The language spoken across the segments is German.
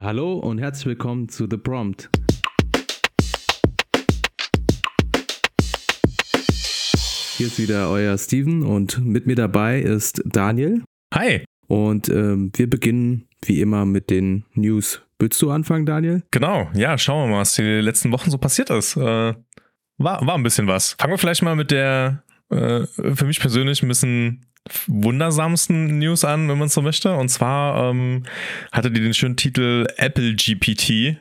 Hallo und herzlich willkommen zu The Prompt. Hier ist wieder euer Steven und mit mir dabei ist Daniel. Hi. Und wir beginnen wie immer mit den News. Willst du anfangen, Daniel? Genau, ja, schauen wir mal, was die letzten Wochen so passiert ist. War ein bisschen was. Fangen wir vielleicht mal mit der für mich persönlich ein bisschen wundersamsten News an, wenn man es so möchte. Und zwar hatte die den schönen Titel Apple GPT.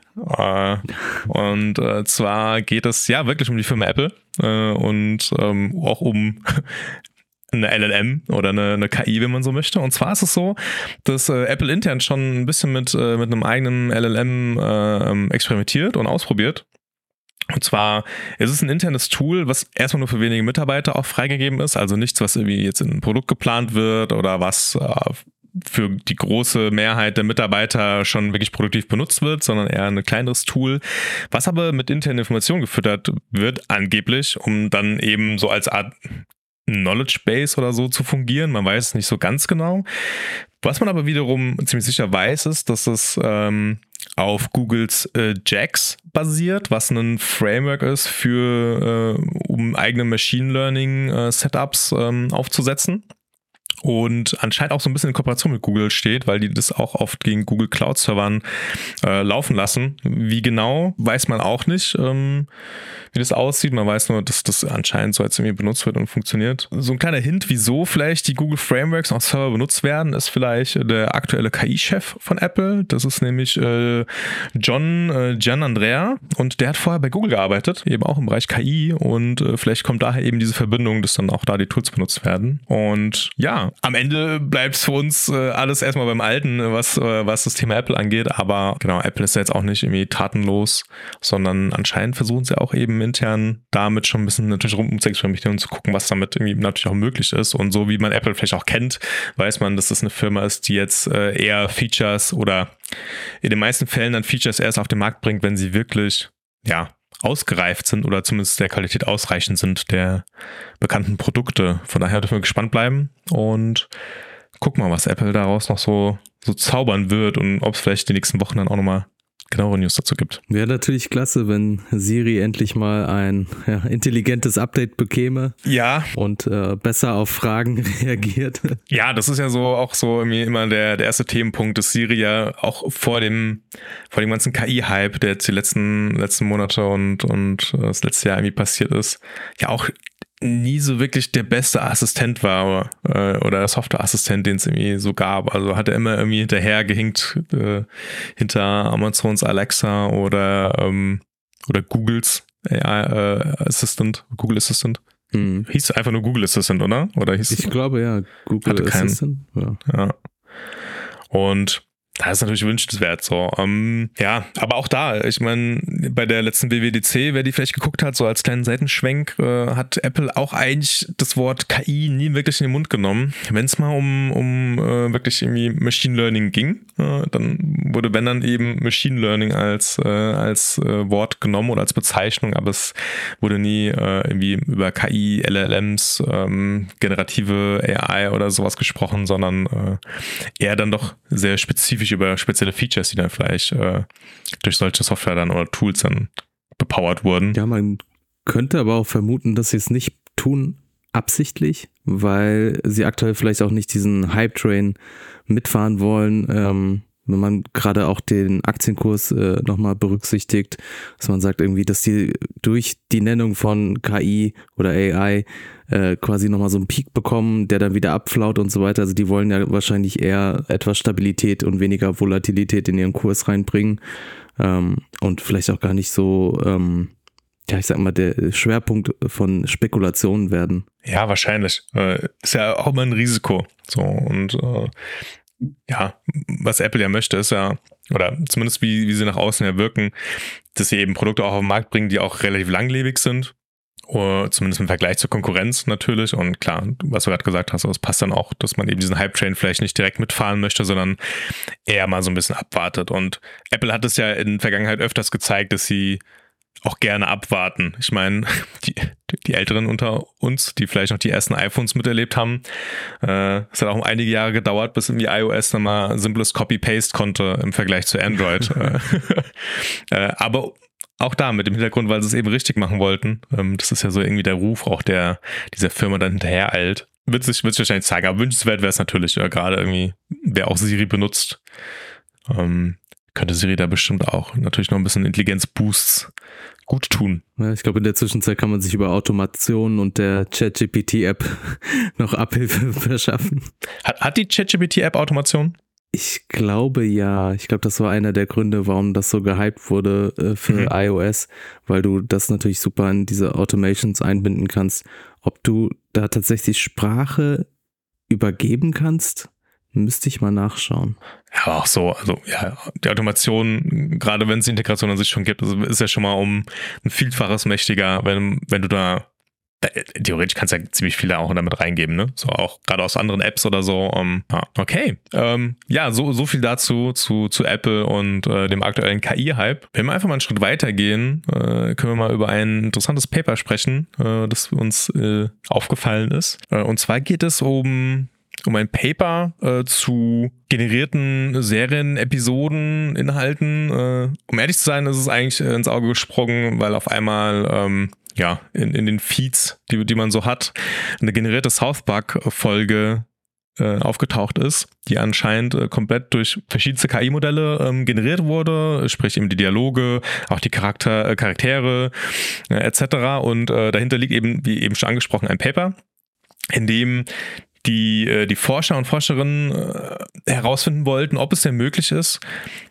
Und zwar geht es ja wirklich um die Firma Apple und auch um eine LLM oder eine KI, wenn man so möchte. Und zwar ist es so, dass Apple intern schon ein bisschen mit einem eigenen LLM experimentiert und ausprobiert. Und zwar ist es ein internes Tool, was erstmal nur für wenige Mitarbeiter auch freigegeben ist. Also nichts, was irgendwie jetzt in ein Produkt geplant wird oder was für die große Mehrheit der Mitarbeiter schon wirklich produktiv benutzt wird, sondern eher ein kleineres Tool, was aber mit internen Informationen gefüttert wird, angeblich, um dann eben so als Art Knowledge Base oder so zu fungieren. Man weiß es nicht so ganz genau. Was man aber wiederum ziemlich sicher weiß, ist, dass es auf Googles JAX basiert, was ein Framework ist um eigene Machine Learning Setups aufzusetzen. Und anscheinend auch so ein bisschen in Kooperation mit Google steht, weil die das auch oft gegen Google Cloud Servern laufen lassen. Wie genau, weiß man auch nicht, wie das aussieht. Man weiß nur, dass das anscheinend so jetzt irgendwie benutzt wird und funktioniert. So ein kleiner Hint, wieso vielleicht die Google Frameworks auf Server benutzt werden, ist vielleicht der aktuelle KI-Chef von Apple. Das ist nämlich Gianandrea, und der hat vorher bei Google gearbeitet, eben auch im Bereich KI, und vielleicht kommt daher eben diese Verbindung, dass dann auch da die Tools benutzt werden. Und ja, am Ende bleibt es für uns alles erstmal beim Alten, was das Thema Apple angeht, aber genau, Apple ist ja jetzt auch nicht irgendwie tatenlos, sondern anscheinend versuchen sie auch eben intern damit schon ein bisschen natürlich rum zu experimentieren und zu gucken, was damit irgendwie natürlich auch möglich ist. Und so wie man Apple vielleicht auch kennt, weiß man, dass das eine Firma ist, die jetzt eher Features oder in den meisten Fällen dann Features erst auf den Markt bringt, wenn sie wirklich, ja, ausgereift sind oder zumindest der Qualität ausreichend sind der bekannten Produkte. Von daher dürfen wir gespannt bleiben und gucken mal, was Apple daraus noch so zaubern wird und ob es vielleicht die nächsten Wochen dann auch nochmal genauere News dazu gibt. Wäre natürlich klasse, wenn Siri endlich mal ein intelligentes Update bekäme. Ja. Und besser auf Fragen reagiert. Ja, das ist ja so auch so irgendwie immer der erste Themenpunkt, dass Siri ja auch vor dem ganzen KI-Hype, der jetzt die letzten Monate und das letzte Jahr irgendwie passiert ist, ja auch nie so wirklich der beste Assistent war oder der Software-Assistent, den es irgendwie so gab. Also hat er immer irgendwie hinterher gehinkt hinter Amazons Alexa oder Googles AI Assistant, Google Assistant. Hieß einfach nur Google Assistant, oder? Ich glaube ja, Google Assistant. Ja. Und das ist natürlich wünschenswert so. Ja, aber auch da, ich meine, bei der letzten WWDC, wer die vielleicht geguckt hat, so als kleinen Seitenschwenk, hat Apple auch eigentlich das Wort KI nie wirklich in den Mund genommen. Wenn es mal um wirklich irgendwie Machine Learning ging, dann wurde, wenn dann eben Machine Learning als Wort genommen oder als Bezeichnung, aber es wurde nie irgendwie über KI, LLMs, generative AI oder sowas gesprochen, sondern eher dann doch sehr spezifisch über spezielle Features, die dann vielleicht durch solche Software dann oder Tools dann bepowert wurden. Ja, man könnte aber auch vermuten, dass sie es nicht tun absichtlich, weil sie aktuell vielleicht auch nicht diesen Hype-Train mitfahren wollen, wenn man gerade auch den Aktienkurs nochmal berücksichtigt, dass man sagt irgendwie, dass die durch die Nennung von KI oder AI quasi nochmal so einen Peak bekommen, der dann wieder abflaut und so weiter. Also die wollen ja wahrscheinlich eher etwas Stabilität und weniger Volatilität in ihren Kurs reinbringen und vielleicht auch gar nicht so, ich sag mal, der Schwerpunkt von Spekulationen werden. Ja, wahrscheinlich. Ist ja auch immer ein Risiko. So, und ja, was Apple ja möchte, ist ja, oder zumindest wie sie nach außen ja wirken, dass sie eben Produkte auch auf den Markt bringen, die auch relativ langlebig sind. Oder zumindest im Vergleich zur Konkurrenz natürlich. Und klar, was du gerade gesagt hast, das passt dann auch, dass man eben diesen Hype-Train vielleicht nicht direkt mitfahren möchte, sondern eher mal so ein bisschen abwartet. Und Apple hat es ja in der Vergangenheit öfters gezeigt, dass sie auch gerne abwarten. Ich meine, die Älteren unter uns, die vielleicht noch die ersten iPhones miterlebt haben, es hat auch einige Jahre gedauert, bis irgendwie iOS dann mal simples Copy-Paste konnte im Vergleich zu Android. Aber auch da mit dem Hintergrund, weil sie es eben richtig machen wollten. Das ist ja so irgendwie der Ruf auch dieser Firma dann hinterher eilt. Wird sich wahrscheinlich zeigen, aber wünschenswert wäre es natürlich, gerade irgendwie, wer auch Siri benutzt, könnte Siri da bestimmt auch natürlich noch ein bisschen Intelligenzboosts gut tun. Ja, ich glaube, in der Zwischenzeit kann man sich über Automation und der ChatGPT-App noch Abhilfe verschaffen. Hat die ChatGPT-App Automation? Ich glaube ja. Ich glaube, das war einer der Gründe, warum das so gehypt wurde für iOS, weil du das natürlich super in diese Automations einbinden kannst. Ob du da tatsächlich Sprache übergeben kannst, müsste ich mal nachschauen. Ja, aber auch so, also ja, die Automation, gerade wenn es die Integration an sich schon gibt, ist ja schon mal um ein Vielfaches mächtiger, wenn du da theoretisch kannst du ja ziemlich viele auch damit reingeben, ne? So auch gerade aus anderen Apps oder so. Okay. Ja, so viel dazu zu Apple und dem aktuellen KI-Hype. Wenn wir einfach mal einen Schritt weitergehen, können wir mal über ein interessantes Paper sprechen, das uns aufgefallen ist. Und zwar geht es um ein Paper zu generierten Serien, Episoden, Inhalten. Um ehrlich zu sein, ist es eigentlich ins Auge gesprungen, weil auf einmal in den Feeds, die man so hat, eine generierte South Park-Folge aufgetaucht ist, die anscheinend komplett durch verschiedenste KI-Modelle generiert wurde, sprich eben die Dialoge, auch die Charaktere etc. Und dahinter liegt eben, wie eben schon angesprochen, ein Paper, in dem die Forscher und Forscherinnen herausfinden wollten, ob es denn möglich ist,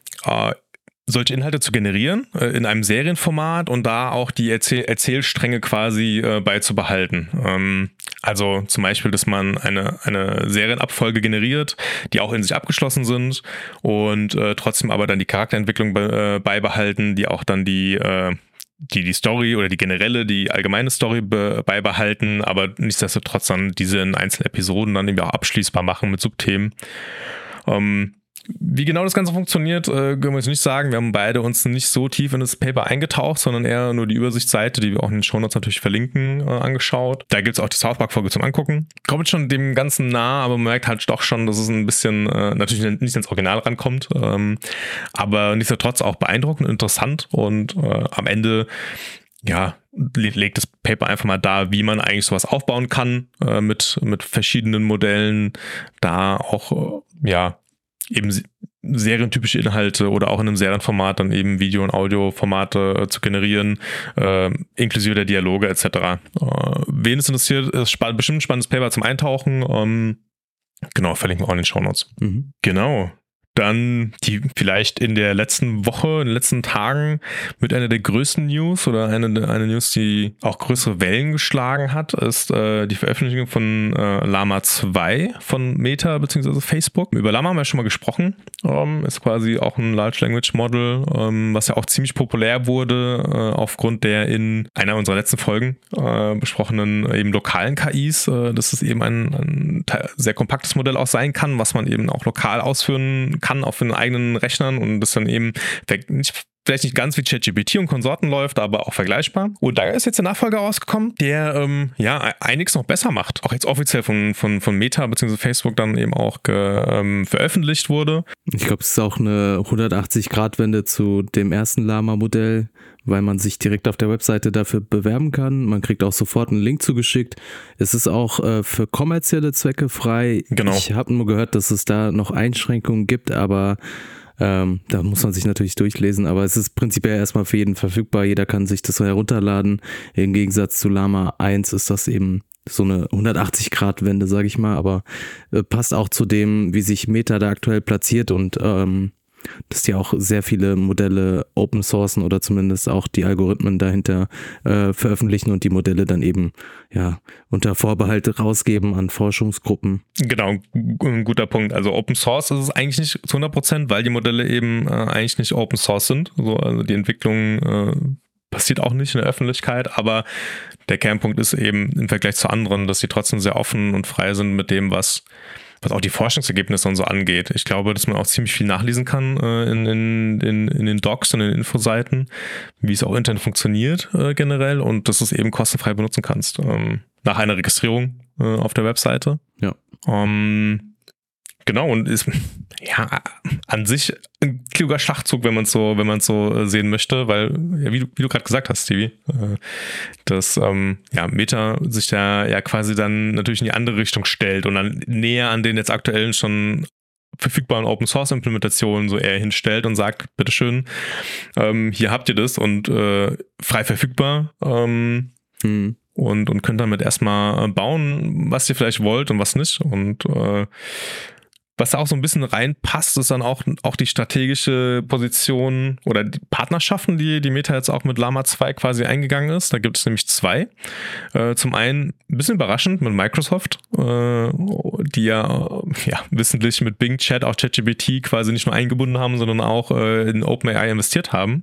solche Inhalte zu generieren in einem Serienformat und da auch die Erzählstränge quasi beizubehalten. Also zum Beispiel, dass man eine Serienabfolge generiert, die auch in sich abgeschlossen sind und trotzdem aber dann die Charakterentwicklung beibehalten, die auch dann die Story oder die allgemeine Story beibehalten, aber nichtsdestotrotz dann diese in einzelnen Episoden dann eben auch abschließbar machen mit Subthemen. Wie genau das Ganze funktioniert, können wir jetzt nicht sagen. Wir haben beide uns nicht so tief in das Paper eingetaucht, sondern eher nur die Übersichtsseite, die wir auch in den Shownotes natürlich verlinken, angeschaut. Da gibt es auch die South Park-Folge zum Angucken. Kommt schon dem Ganzen nah, aber man merkt halt doch schon, dass es ein bisschen natürlich nicht ins Original rankommt, aber nichtsdestotrotz auch beeindruckend und interessant und am Ende legt das Paper einfach mal dar, wie man eigentlich sowas aufbauen kann mit verschiedenen Modellen, da auch eben serientypische Inhalte oder auch in einem Serienformat dann eben Video- und Audioformate zu generieren, inklusive der Dialoge etc. Wen es interessiert, ist bestimmt ein spannendes Paper zum Eintauchen. Genau, verlinken wir auch in den Shownotes. Mhm. Genau. Dann die vielleicht in der letzten Woche, in den letzten Tagen mit einer der größten News oder eine News, die auch größere Wellen geschlagen hat, ist die Veröffentlichung von Llama 2 von Meta bzw. Facebook. Über Llama haben wir schon mal gesprochen. Ist quasi auch ein Large Language Model, was ja auch ziemlich populär wurde aufgrund der in einer unserer letzten Folgen besprochenen eben lokalen KIs, dass es eben ein sehr kompaktes Modell auch sein kann, was man eben auch lokal ausführen kann auf den eigenen Rechnern und das dann eben vielleicht nicht ganz wie ChatGPT und Konsorten läuft, aber auch vergleichbar. Und da ist jetzt der Nachfolger rausgekommen, der einiges noch besser macht. Auch jetzt offiziell von Meta bzw. Facebook dann eben auch veröffentlicht wurde. Ich glaube, es ist auch eine 180-Grad-Wende zu dem ersten Llama-Modell, weil man sich direkt auf der Webseite dafür bewerben kann. Man kriegt auch sofort einen Link zugeschickt. Es ist auch für kommerzielle Zwecke frei. Genau. Ich habe nur gehört, dass es da noch Einschränkungen gibt, aber da muss man sich natürlich durchlesen, aber es ist prinzipiell erstmal für jeden verfügbar. Jeder kann sich das herunterladen. Im Gegensatz zu Llama 1 ist das eben so eine 180-Grad-Wende, sage ich mal, aber passt auch zu dem, wie sich Meta da aktuell platziert und dass die auch sehr viele Modelle open sourcen oder zumindest auch die Algorithmen dahinter veröffentlichen und die Modelle dann eben unter Vorbehalt rausgeben an Forschungsgruppen. Genau, ein guter Punkt. Also Open Source ist es eigentlich nicht zu 100%, weil die Modelle eben eigentlich nicht Open Source sind. Also die Entwicklung passiert auch nicht in der Öffentlichkeit, aber der Kernpunkt ist eben im Vergleich zu anderen, dass sie trotzdem sehr offen und frei sind mit dem, was was auch die Forschungsergebnisse und so angeht. Ich glaube, dass man auch ziemlich viel nachlesen kann in den Docs und in den Infoseiten, wie es auch intern funktioniert generell und dass du es eben kostenfrei benutzen kannst. Nach einer Registrierung auf der Webseite. Ja. Genau, und ist ja an sich ein kluger Schachzug, wenn man es so sehen möchte, weil, ja, wie du gerade gesagt hast, Stevie, dass Meta sich da ja quasi dann natürlich in die andere Richtung stellt und dann näher an den jetzt aktuellen schon verfügbaren Open-Source-Implementationen so eher hinstellt und sagt, bitteschön, hier habt ihr das und frei verfügbar und könnt damit erstmal bauen, was ihr vielleicht wollt und was nicht. Und was da auch so ein bisschen reinpasst, ist dann auch die strategische Position oder die Partnerschaften, die Meta jetzt auch mit Llama 2 quasi eingegangen ist. Da gibt es nämlich 2. Zum einen ein bisschen überraschend mit Microsoft, die ja wissentlich mit Bing Chat auch ChatGPT quasi nicht nur eingebunden haben, sondern auch in OpenAI investiert haben.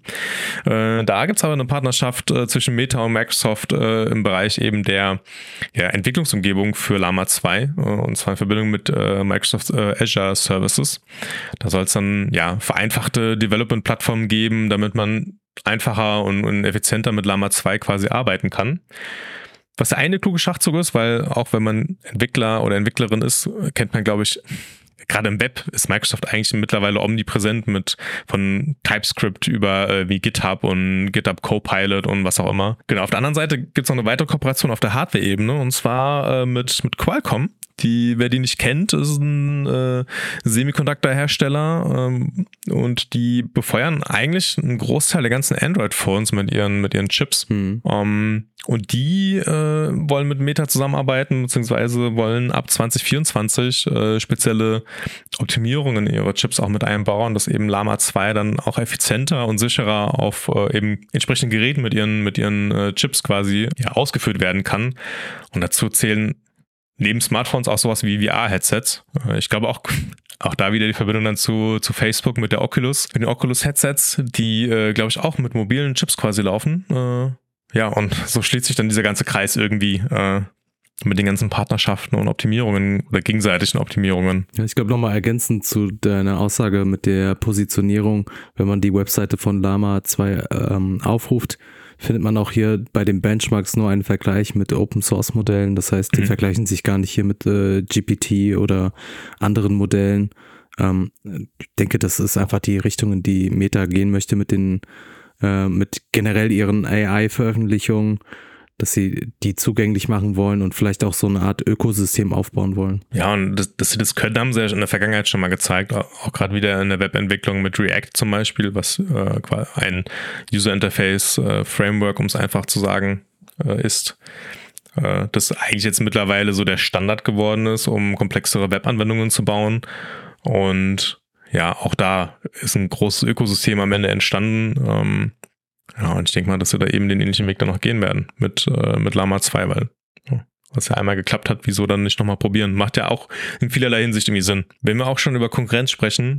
Da gibt es aber eine Partnerschaft zwischen Meta und Microsoft im Bereich eben der Entwicklungsumgebung für Llama 2 und zwar in Verbindung mit Microsoft Azure Services. Da soll es dann vereinfachte Development-Plattformen geben, damit man einfacher und effizienter mit Llama 2 quasi arbeiten kann. Was der eine kluge Schachzug ist, weil auch wenn man Entwickler oder Entwicklerin ist, kennt man, glaube ich, gerade im Web ist Microsoft eigentlich mittlerweile omnipräsent mit von TypeScript über wie GitHub und GitHub Copilot und was auch immer. Genau, auf der anderen Seite gibt es noch eine weitere Kooperation auf der Hardware-Ebene und zwar mit Qualcomm. Wer die nicht kennt, ist ein Semiconductor-Hersteller und die befeuern eigentlich einen Großteil der ganzen Android-Phones mit ihren Chips. Und die wollen mit Meta zusammenarbeiten, beziehungsweise wollen ab 2024 spezielle Optimierungen in ihre Chips auch mit einbauen, dass eben Llama 2 dann auch effizienter und sicherer auf eben entsprechenden Geräten mit ihren Chips quasi ausgeführt werden kann. Und dazu zählen neben Smartphones auch sowas wie VR-Headsets. Ich glaube auch da wieder die Verbindung dann zu Facebook mit den Oculus-Headsets, die, glaube ich, auch mit mobilen Chips quasi laufen. Und so schließt sich dann dieser ganze Kreis irgendwie mit den ganzen Partnerschaften und Optimierungen oder gegenseitigen Optimierungen. Ja, ich glaube nochmal ergänzend zu deiner Aussage mit der Positionierung, wenn man die Webseite von Llama 2 aufruft, findet man auch hier bei den Benchmarks nur einen Vergleich mit Open-Source-Modellen. Das heißt, die vergleichen sich gar nicht hier mit GPT oder anderen Modellen. Ich denke, das ist einfach die Richtung, in die Meta gehen möchte mit generell ihren AI-Veröffentlichungen, dass sie die zugänglich machen wollen und vielleicht auch so eine Art Ökosystem aufbauen wollen. Ja, und dass sie das können, haben sie ja in der Vergangenheit schon mal gezeigt, auch gerade wieder in der Webentwicklung mit React zum Beispiel, was ein User-Interface-Framework, um es einfach zu sagen, ist. Das eigentlich jetzt mittlerweile so der Standard geworden ist, um komplexere Webanwendungen zu bauen. Und ja, auch da ist ein großes Ökosystem am Ende entstanden. Und ich denke mal, dass wir da eben den ähnlichen Weg dann noch gehen werden mit Llama 2, weil was ja einmal geklappt hat, wieso dann nicht nochmal probieren? Macht ja auch in vielerlei Hinsicht irgendwie Sinn. Wenn wir auch schon über Konkurrenz sprechen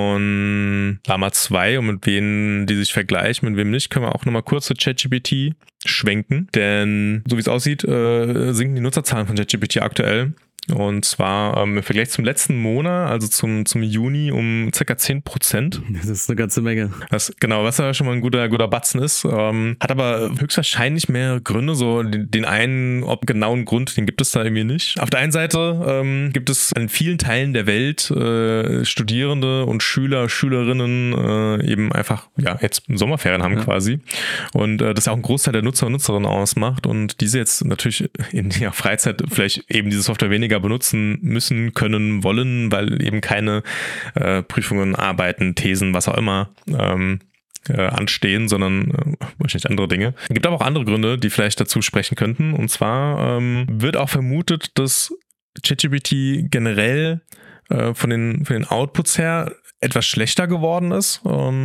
von Llama 2 und mit wem die sich vergleichen, mit wem nicht, können wir auch nochmal kurz zu ChatGPT schwenken. Denn so wie es aussieht, sinken die Nutzerzahlen von ChatGPT aktuell. Und zwar im Vergleich zum letzten Monat, also zum Juni, um ca. 10%. Das ist eine ganze Menge. Was ja schon mal ein guter Batzen ist. Hat aber höchstwahrscheinlich mehrere Gründe. So den einen genauen Grund, den gibt es da irgendwie nicht. Auf der einen Seite gibt es in vielen Teilen der Welt Studierende und Schülerinnen eben einfach jetzt Sommerferien haben quasi. Und das ja auch ein Großteil der Nutzer und Nutzerinnen ausmacht. Und diese jetzt natürlich in ihrer Freizeit vielleicht eben diese Software weniger benutzen müssen, können, wollen, weil eben keine Prüfungen, Arbeiten, Thesen, was auch immer anstehen, sondern wahrscheinlich andere Dinge. Es gibt aber auch andere Gründe, die vielleicht dazu sprechen könnten. Und zwar wird auch vermutet, dass ChatGPT generell von den Outputs her etwas schlechter geworden ist.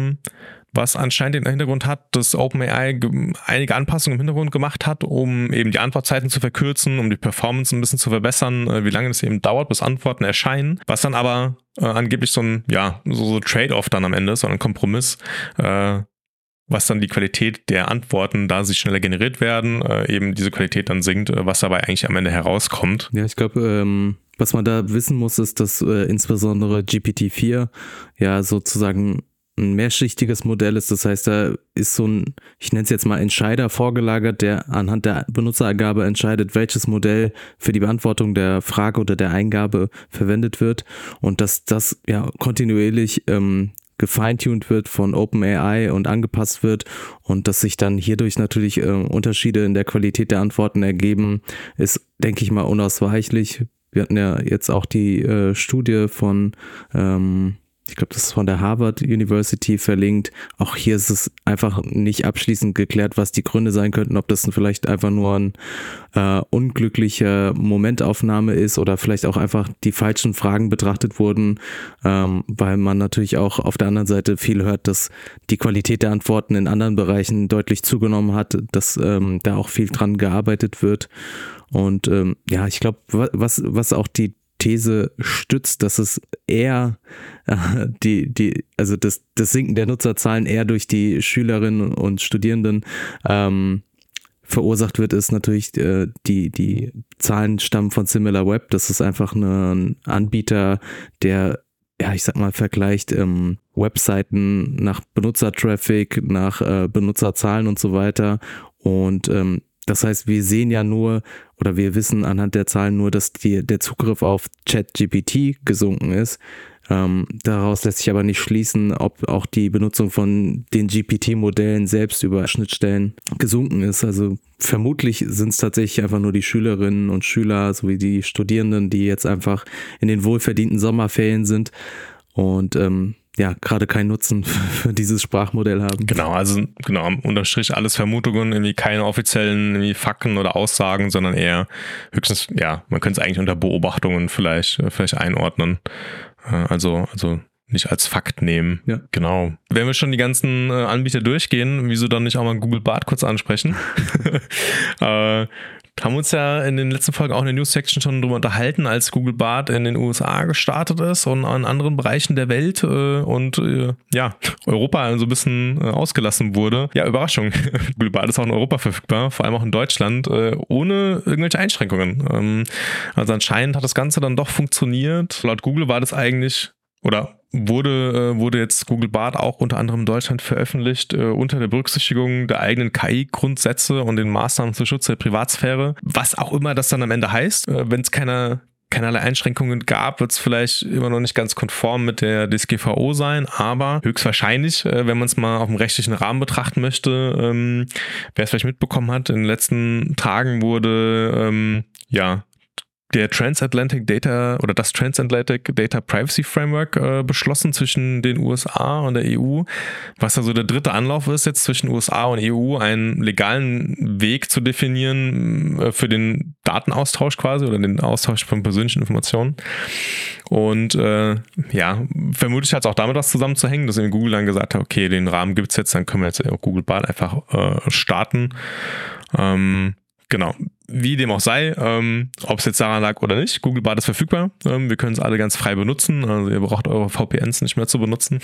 Was anscheinend den Hintergrund hat, dass OpenAI einige Anpassungen im Hintergrund gemacht hat, um eben die Antwortzeiten zu verkürzen, um die Performance ein bisschen zu verbessern, wie lange es eben dauert, bis Antworten erscheinen. Was dann aber angeblich so ein Trade-off dann am Ende ist, so ein Kompromiss, was dann die Qualität der Antworten, da sie schneller generiert werden, eben diese Qualität dann sinkt, was dabei eigentlich am Ende herauskommt. Ja, ich glaube, Was man da wissen muss, ist, dass insbesondere GPT-4 ja sozusagen ein mehrschichtiges Modell ist. Das heißt, da ist so ein, ich nenne es jetzt mal Entscheider vorgelagert, der anhand der Benutzereingabe entscheidet, welches Modell für die Beantwortung der Frage oder der Eingabe verwendet wird und dass das ja kontinuierlich gefeintuned wird von OpenAI und angepasst wird und dass sich dann hierdurch natürlich Unterschiede in der Qualität der Antworten ergeben, ist, denke ich mal, unausweichlich. Wir hatten ja jetzt auch die Studie von ich glaube, das ist von der Harvard University verlinkt. Auch hier ist es einfach nicht abschließend geklärt, was die Gründe sein könnten, ob das vielleicht einfach nur ein unglücklicher Momentaufnahme ist oder vielleicht auch einfach die falschen Fragen betrachtet wurden, weil man natürlich auch auf der anderen Seite viel hört, dass die Qualität der Antworten in anderen Bereichen deutlich zugenommen hat, dass da auch viel dran gearbeitet wird. Und ja, ich glaube, was auch die These stützt, dass es eher also das Sinken der Nutzerzahlen eher durch die Schülerinnen und Studierenden verursacht wird, ist natürlich die Zahlen stammen von SimilarWeb. Das ist einfach ein Anbieter, der, ja, ich sag mal, vergleicht Webseiten nach Benutzertraffic, nach Benutzerzahlen und so weiter. Und das heißt, wir sehen ja nur oder wir wissen anhand der Zahlen nur, dass der Zugriff auf ChatGPT gesunken ist. Daraus lässt sich aber nicht schließen, ob auch die Benutzung von den GPT-Modellen selbst über Schnittstellen gesunken ist. Also vermutlich sind es tatsächlich einfach nur die Schülerinnen und Schüler sowie die Studierenden, die jetzt einfach in den wohlverdienten Sommerferien sind und ja, gerade keinen Nutzen für dieses Sprachmodell haben. Genau, also unterm Strich alles Vermutungen, irgendwie keine offiziellen irgendwie Fakten oder Aussagen, sondern eher höchstens, ja, man könnte es eigentlich unter Beobachtungen vielleicht einordnen. Also nicht als Fakt nehmen. Ja. Genau. Wenn wir schon die ganzen Anbieter durchgehen, wieso dann nicht auch mal Google Bard kurz ansprechen? Haben uns ja in den letzten Folgen auch in der News-Section schon drüber unterhalten, als Google Bard in den USA gestartet ist und an anderen Bereichen der Welt und Europa so ein bisschen ausgelassen wurde. Ja, Überraschung. Google Bard ist auch in Europa verfügbar, vor allem auch in Deutschland, ohne irgendwelche Einschränkungen. Also anscheinend hat das Ganze dann doch funktioniert. Laut Google war das eigentlich oder wurde jetzt Google Bard auch unter anderem in Deutschland veröffentlicht, unter der Berücksichtigung der eigenen KI-Grundsätze und den Maßnahmen zum Schutz der Privatsphäre. Was auch immer das dann am Ende heißt, wenn es keinerlei Einschränkungen gab, wird es vielleicht immer noch nicht ganz konform mit der DSGVO sein, aber höchstwahrscheinlich, wenn man es mal auf dem rechtlichen Rahmen betrachten möchte, wer es vielleicht mitbekommen hat, in den letzten Tagen wurde der Transatlantic Data oder das Transatlantic Data Privacy Framework beschlossen zwischen den USA und der EU, was also der dritte Anlauf ist, jetzt zwischen USA und EU einen legalen Weg zu definieren für den Datenaustausch quasi oder den Austausch von persönlichen Informationen. Und vermutlich hat es auch damit was zusammenzuhängen, dass Google dann gesagt hat, okay, den Rahmen gibt es jetzt, dann können wir jetzt auch Google Bard einfach starten. Genau. Wie dem auch sei, ob es jetzt daran lag oder nicht, Google Bard ist verfügbar. Wir können es alle ganz frei benutzen. Also ihr braucht eure VPNs nicht mehr zu benutzen.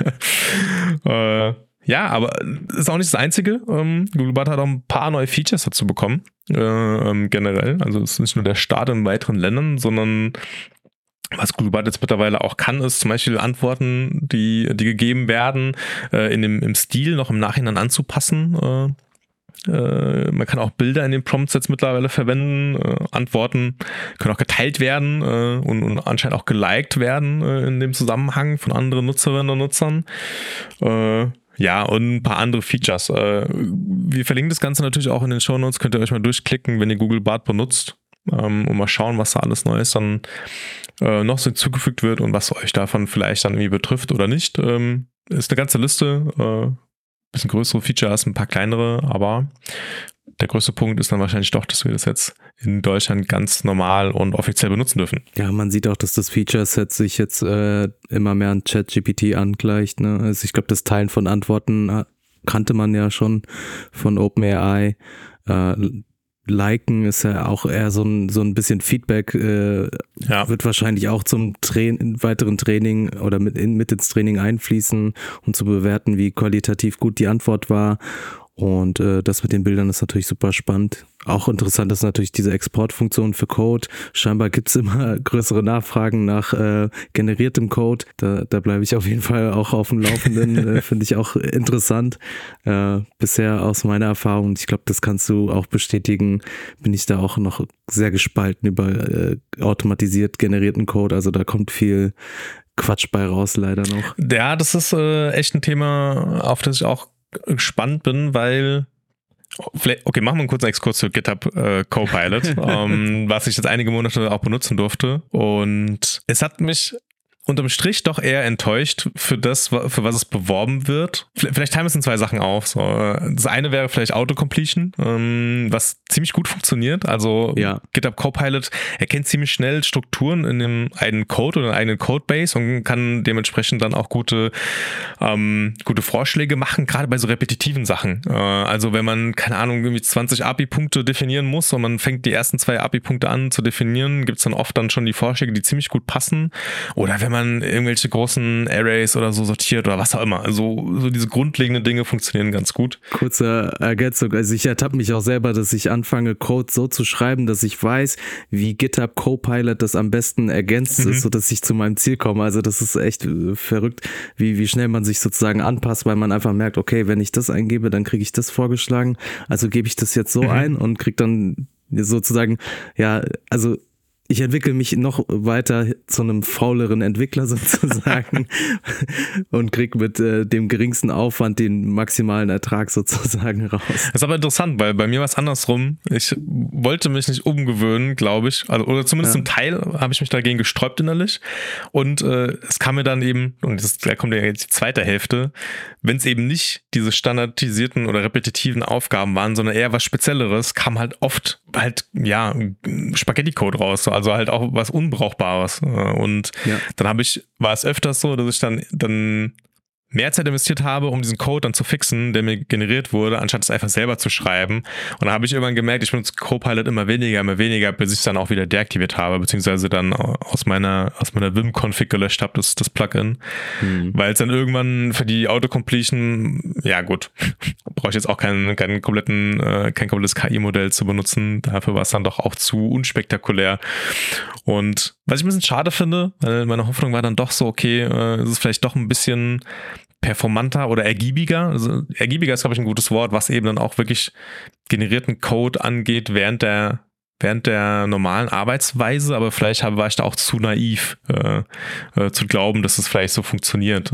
Aber ist auch nicht das Einzige. Google Bard hat auch ein paar neue Features dazu bekommen. Generell. Also es ist nicht nur der Start in weiteren Ländern, sondern was Google Bard jetzt mittlerweile auch kann, ist zum Beispiel Antworten, die gegeben werden, im Stil noch im Nachhinein anzupassen. Man kann auch Bilder in den Prompts jetzt mittlerweile verwenden. Antworten können auch geteilt werden und anscheinend auch geliked werden in dem Zusammenhang von anderen Nutzerinnen und Nutzern. Und ein paar andere Features. Wir verlinken das Ganze natürlich auch in den Shownotes. Könnt ihr euch mal durchklicken, wenn ihr Google Bard benutzt und mal schauen, was da alles Neues dann noch so hinzugefügt wird und was euch davon vielleicht dann irgendwie betrifft oder nicht. Ist eine ganze Liste. Bisschen größere Features, ein paar kleinere, aber der größte Punkt ist dann wahrscheinlich doch, dass wir das jetzt in Deutschland ganz normal und offiziell benutzen dürfen. Ja, man sieht auch, dass das Feature-Set sich jetzt immer mehr an ChatGPT angleicht. Ne? Also ich glaube, das Teilen von Antworten kannte man ja schon von OpenAI. Liken ist ja auch eher so ein bisschen Feedback, wird wahrscheinlich auch zum weiteren Training oder mit ins Training einfließen, um zu bewerten, wie qualitativ gut die Antwort war. Und das mit den Bildern ist natürlich super spannend. Auch interessant ist natürlich diese Exportfunktion für Code. Scheinbar gibt es immer größere Nachfragen nach generiertem Code. Da bleibe ich auf jeden Fall auch auf dem Laufenden. Finde ich auch interessant. Bisher aus meiner Erfahrung, ich glaube, das kannst du auch bestätigen, bin ich da auch noch sehr gespalten über automatisiert generierten Code. Also da kommt viel Quatsch bei raus, leider noch. Ja, das ist echt ein Thema, auf das ich auch gespannt bin, weil okay, machen wir einen kurzen Exkurs zu GitHub Copilot, was ich jetzt einige Monate auch benutzen durfte, und es hat mich unterm Strich doch eher enttäuscht für das, für was es beworben wird. Vielleicht teilen wir es in 2 Sachen auf. So, das eine wäre vielleicht Autocompletion, was ziemlich gut funktioniert. Also GitHub Copilot erkennt ziemlich schnell Strukturen in dem einen Code oder einer eigenen Codebase und kann dementsprechend dann auch gute Vorschläge machen, gerade bei so repetitiven Sachen. Also wenn man, keine Ahnung, irgendwie 20 API-Punkte definieren muss und man fängt die ersten 2 API-Punkte an zu definieren, gibt es dann oft dann schon die Vorschläge, die ziemlich gut passen. Oder wenn man irgendwelche großen Arrays oder so sortiert oder was auch immer. Also so diese grundlegenden Dinge funktionieren ganz gut. Kurze Ergänzung, also ich ertappe mich auch selber, dass ich anfange, Code so zu schreiben, dass ich weiß, wie GitHub Copilot das am besten ergänzt ist, sodass ich zu meinem Ziel komme. Also das ist echt verrückt, wie schnell man sich sozusagen anpasst, weil man einfach merkt, okay, wenn ich das eingebe, dann kriege ich das vorgeschlagen. Also gebe ich das jetzt so ein und kriege dann sozusagen, also ich entwickle mich noch weiter zu einem fauleren Entwickler sozusagen und kriege mit dem geringsten Aufwand den maximalen Ertrag sozusagen raus. Das ist aber interessant, weil bei mir war es andersrum. Ich wollte mich nicht umgewöhnen, glaube ich. Also, oder zumindest zum Teil habe ich mich dagegen gesträubt innerlich. Und es kam mir dann eben, und da kommt ja jetzt die zweite Hälfte, wenn es eben nicht diese standardisierten oder repetitiven Aufgaben waren, sondern eher was Spezielleres, kam halt oft Spaghetti-Code raus, also halt auch was Unbrauchbares. Und dann war es öfters so, dass ich dann mehr Zeit investiert habe, um diesen Code dann zu fixen, der mir generiert wurde, anstatt es einfach selber zu schreiben. Und dann habe ich irgendwann gemerkt, ich benutze Copilot immer weniger, bis ich es dann auch wieder deaktiviert habe, beziehungsweise dann aus meiner Vim-Config gelöscht habe, das Plugin. Weil es dann irgendwann für die Autocompletion, brauche ich jetzt auch kein komplettes KI-Modell zu benutzen. Dafür war es dann doch auch zu unspektakulär. Und was ich ein bisschen schade finde, weil meine Hoffnung war dann doch so, okay, es ist vielleicht doch ein bisschen performanter oder ergiebiger. Also ergiebiger ist, glaube ich, ein gutes Wort, was eben dann auch wirklich generierten Code angeht während der normalen Arbeitsweise, aber vielleicht war ich da auch zu naiv, zu glauben, dass es vielleicht so funktioniert.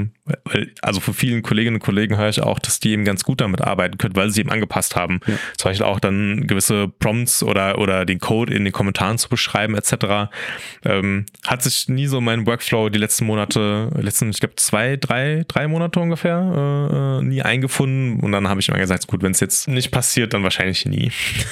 Also von vielen Kolleginnen und Kollegen höre ich auch, dass die eben ganz gut damit arbeiten können, weil sie eben angepasst haben. Ja. Zum Beispiel auch dann gewisse Prompts oder den Code in den Kommentaren zu beschreiben etc. Hat sich nie so mein Workflow die letzten, ich glaube 3 Monate ungefähr nie eingefunden, und dann habe ich immer gesagt, gut, wenn es jetzt nicht passiert, dann wahrscheinlich nie.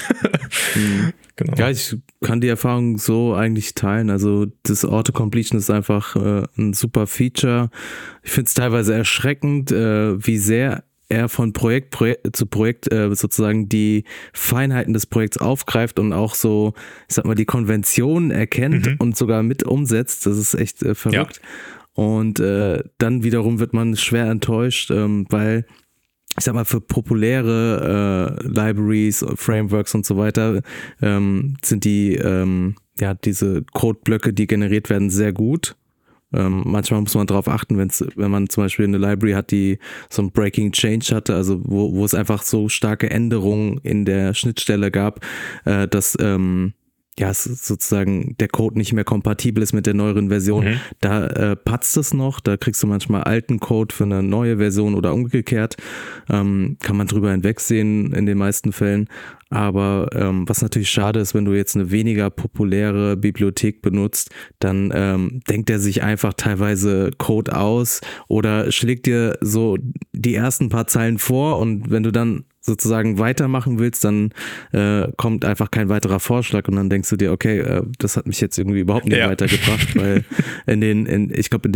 Genau. Ja, ich kann die Erfahrung so eigentlich teilen. Also das Autocompletion ist einfach ein super Feature. Ich finde es teilweise erschreckend, wie sehr er von Projekt zu Projekt sozusagen die Feinheiten des Projekts aufgreift und auch so, ich sag mal, die Konventionen erkennt und sogar mit umsetzt. Das ist echt verrückt. Ja. Und dann wiederum wird man schwer enttäuscht, weil ich sag mal, für populäre Libraries, Frameworks und so weiter sind die diese Codeblöcke, die generiert werden, sehr gut. Manchmal muss man darauf achten, wenn man zum Beispiel eine Library hat, die so ein Breaking Change hatte, also wo es einfach so starke Änderungen in der Schnittstelle gab, dass sozusagen der Code nicht mehr kompatibel ist mit der neueren Version, da patzt es noch, da kriegst du manchmal alten Code für eine neue Version oder umgekehrt, kann man drüber hinwegsehen in den meisten Fällen, aber was natürlich schade ist, wenn du jetzt eine weniger populäre Bibliothek benutzt, dann denkt er sich einfach teilweise Code aus oder schlägt dir so die ersten paar Zeilen vor, und wenn du dann sozusagen weitermachen willst, dann kommt einfach kein weiterer Vorschlag, und dann denkst du dir, okay, das hat mich jetzt irgendwie überhaupt nicht weitergebracht, weil in den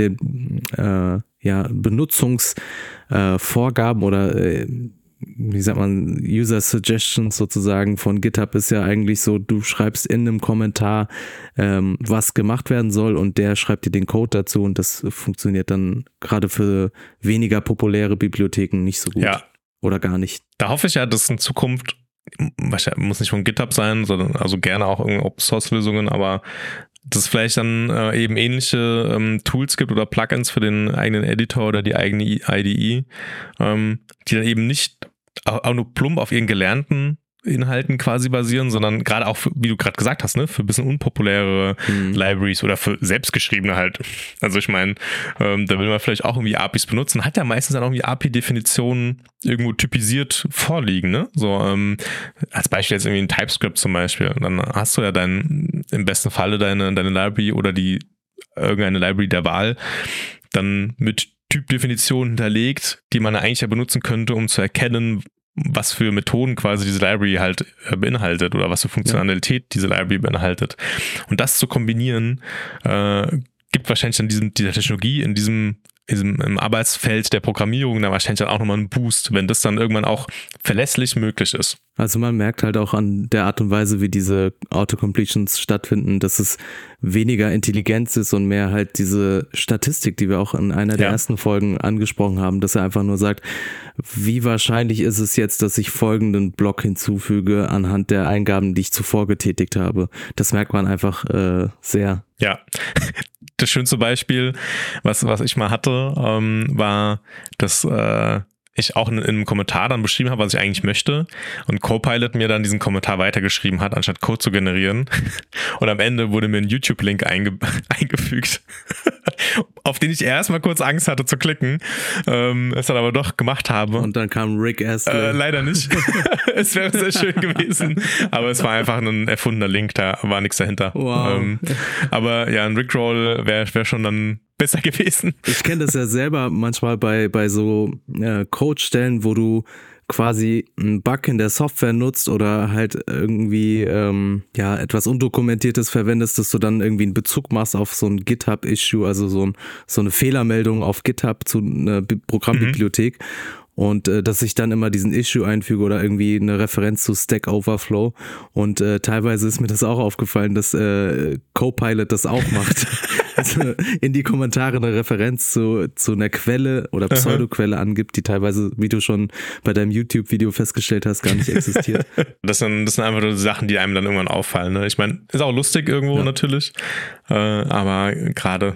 Benutzungsvorgaben oder wie sagt man, User Suggestions sozusagen von GitHub ist ja eigentlich so, du schreibst in einem Kommentar, was gemacht werden soll, und der schreibt dir den Code dazu, und das funktioniert dann gerade für weniger populäre Bibliotheken nicht so gut. Ja. oder gar nicht? Da hoffe ich ja, dass in Zukunft, muss nicht von GitHub sein, sondern also gerne auch irgendeine Open-Source-Lösungen, aber dass es vielleicht dann eben ähnliche Tools gibt oder Plugins für den eigenen Editor oder die eigene IDE, die dann eben nicht auch nur plump auf ihren gelernten Inhalten quasi basieren, sondern gerade auch, wie du gerade gesagt hast, ne, für ein bisschen unpopuläre Libraries oder für selbstgeschriebene halt. Also ich meine, da will man vielleicht auch irgendwie APIs benutzen, hat ja meistens dann auch irgendwie API-Definitionen irgendwo typisiert vorliegen, ne? So als Beispiel jetzt irgendwie ein TypeScript zum Beispiel. Dann hast du ja im besten Falle deine Library oder irgendeine Library der Wahl dann mit Typdefinitionen hinterlegt, die man eigentlich ja benutzen könnte, um zu erkennen, was für Methoden quasi diese Library halt beinhaltet oder was für Funktionalität diese Library beinhaltet. Und das zu kombinieren, gibt wahrscheinlich dann dieser Technologie im Arbeitsfeld der Programmierung dann wahrscheinlich dann auch nochmal einen Boost, wenn das dann irgendwann auch verlässlich möglich ist. Also man merkt halt auch an der Art und Weise, wie diese Autocompletions stattfinden, dass es weniger Intelligenz ist und mehr halt diese Statistik, die wir auch in einer der ersten Folgen angesprochen haben, dass er einfach nur sagt, wie wahrscheinlich ist es jetzt, dass ich folgenden Block hinzufüge anhand der Eingaben, die ich zuvor getätigt habe. Das merkt man einfach sehr. Ja, das schönste Beispiel, was ich mal hatte, war, dass ich auch in einem Kommentar dann beschrieben habe, was ich eigentlich möchte und Copilot mir dann diesen Kommentar weitergeschrieben hat, anstatt Code zu generieren. Und am Ende wurde mir ein YouTube-Link eingefügt, auf den ich erstmal kurz Angst hatte zu klicken, es dann aber doch gemacht habe. Und dann kam Rick Astley. Leider nicht. Es wäre sehr schön gewesen, aber es war einfach ein erfundener Link, da war nichts dahinter. Wow. Aber ja, ein Rickroll wäre schon dann besser gewesen. Ich kenne das ja selber manchmal bei so Codestellen, wo du quasi einen Bug in der Software nutzt oder halt irgendwie etwas Undokumentiertes verwendest, dass du dann irgendwie einen Bezug machst auf so ein GitHub-Issue, also so eine Fehlermeldung auf GitHub zu einer Programmbibliothek. Und dass ich dann immer diesen Issue einfüge oder irgendwie eine Referenz zu Stack Overflow. Und teilweise ist mir das auch aufgefallen, dass Copilot das auch macht. Also in die Kommentare eine Referenz zu einer Quelle oder Pseudoquelle angibt, die teilweise, wie du schon bei deinem YouTube-Video festgestellt hast, gar nicht existiert. Das sind einfach so Sachen, die einem dann irgendwann auffallen. Ne? Ich meine, ist auch lustig irgendwo natürlich, aber gerade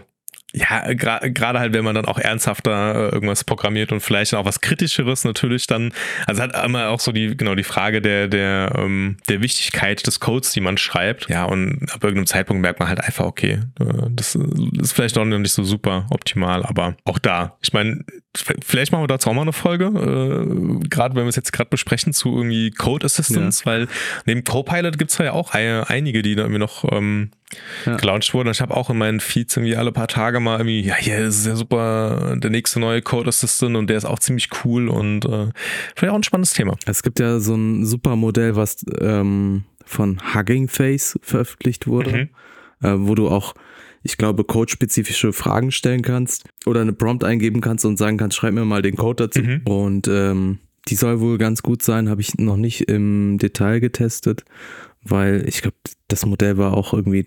halt, wenn man dann auch ernsthafter irgendwas programmiert und vielleicht auch was Kritischeres natürlich dann, also hat immer auch so die Frage der Wichtigkeit des Codes, die man schreibt. Ja, und ab irgendeinem Zeitpunkt merkt man halt einfach, okay, das ist vielleicht auch noch nicht so super optimal, aber auch da, ich meine, vielleicht machen wir dazu auch mal eine Folge, gerade wenn wir es jetzt gerade besprechen zu irgendwie Code Assistance, weil neben Copilot gibt es ja auch einige, die da irgendwie noch gelauncht wurden. Ich habe auch in meinen Feeds irgendwie alle paar Tage mal irgendwie, ja, hier ist ja super, der nächste neue Code Assistant und der ist auch ziemlich cool und vielleicht auch ein spannendes Thema. Es gibt ja so ein super Modell, was von Hugging Face veröffentlicht wurde, wo du auch, ich glaube, codespezifische Fragen stellen kannst oder eine Prompt eingeben kannst und sagen kannst, schreib mir mal den Code dazu. Und die soll wohl ganz gut sein, habe ich noch nicht im Detail getestet, weil ich glaube, das Modell war auch irgendwie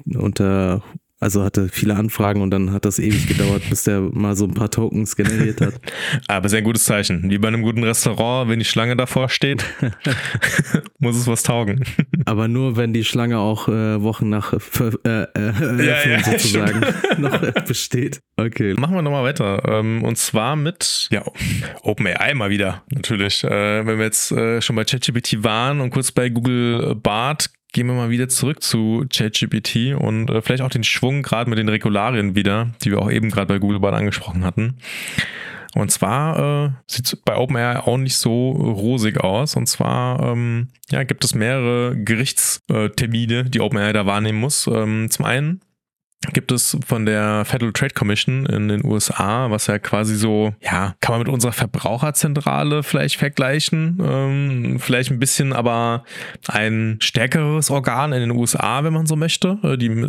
hatte viele Anfragen und dann hat das ewig gedauert, bis der mal so ein paar Tokens generiert hat. Aber sehr gutes Zeichen. Wie bei einem guten Restaurant, wenn die Schlange davor steht, muss es was taugen. Aber nur, wenn die Schlange auch Wochen nach Eröffnung sozusagen noch besteht. Okay. Machen wir nochmal weiter. Und zwar mit OpenAI mal wieder, natürlich. Wenn wir jetzt schon bei ChatGPT waren und kurz bei Google Bard, gehen wir mal wieder zurück zu ChatGPT und vielleicht auch den Schwung gerade mit den Regularien wieder, die wir auch eben gerade bei Google Bard angesprochen hatten. Und zwar sieht es bei OpenAI auch nicht so rosig aus. Und zwar gibt es mehrere Gerichtstermine, die OpenAI da wahrnehmen muss. Zum einen gibt es von der Federal Trade Commission in den USA, was ja quasi so, kann man mit unserer Verbraucherzentrale vielleicht vergleichen, vielleicht ein bisschen aber ein stärkeres Organ in den USA, wenn man so möchte,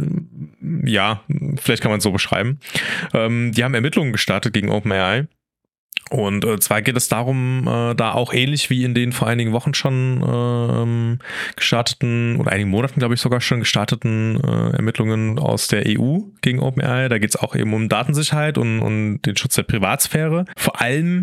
vielleicht kann man es so beschreiben. Die haben Ermittlungen gestartet gegen OpenAI. Und zwar geht es darum, da auch ähnlich wie in den vor einigen Wochen schon gestarteten oder einigen Monaten, glaube ich, sogar schon gestarteten Ermittlungen aus der EU gegen OpenAI. Da geht es auch eben um Datensicherheit und den Schutz der Privatsphäre. Vor allem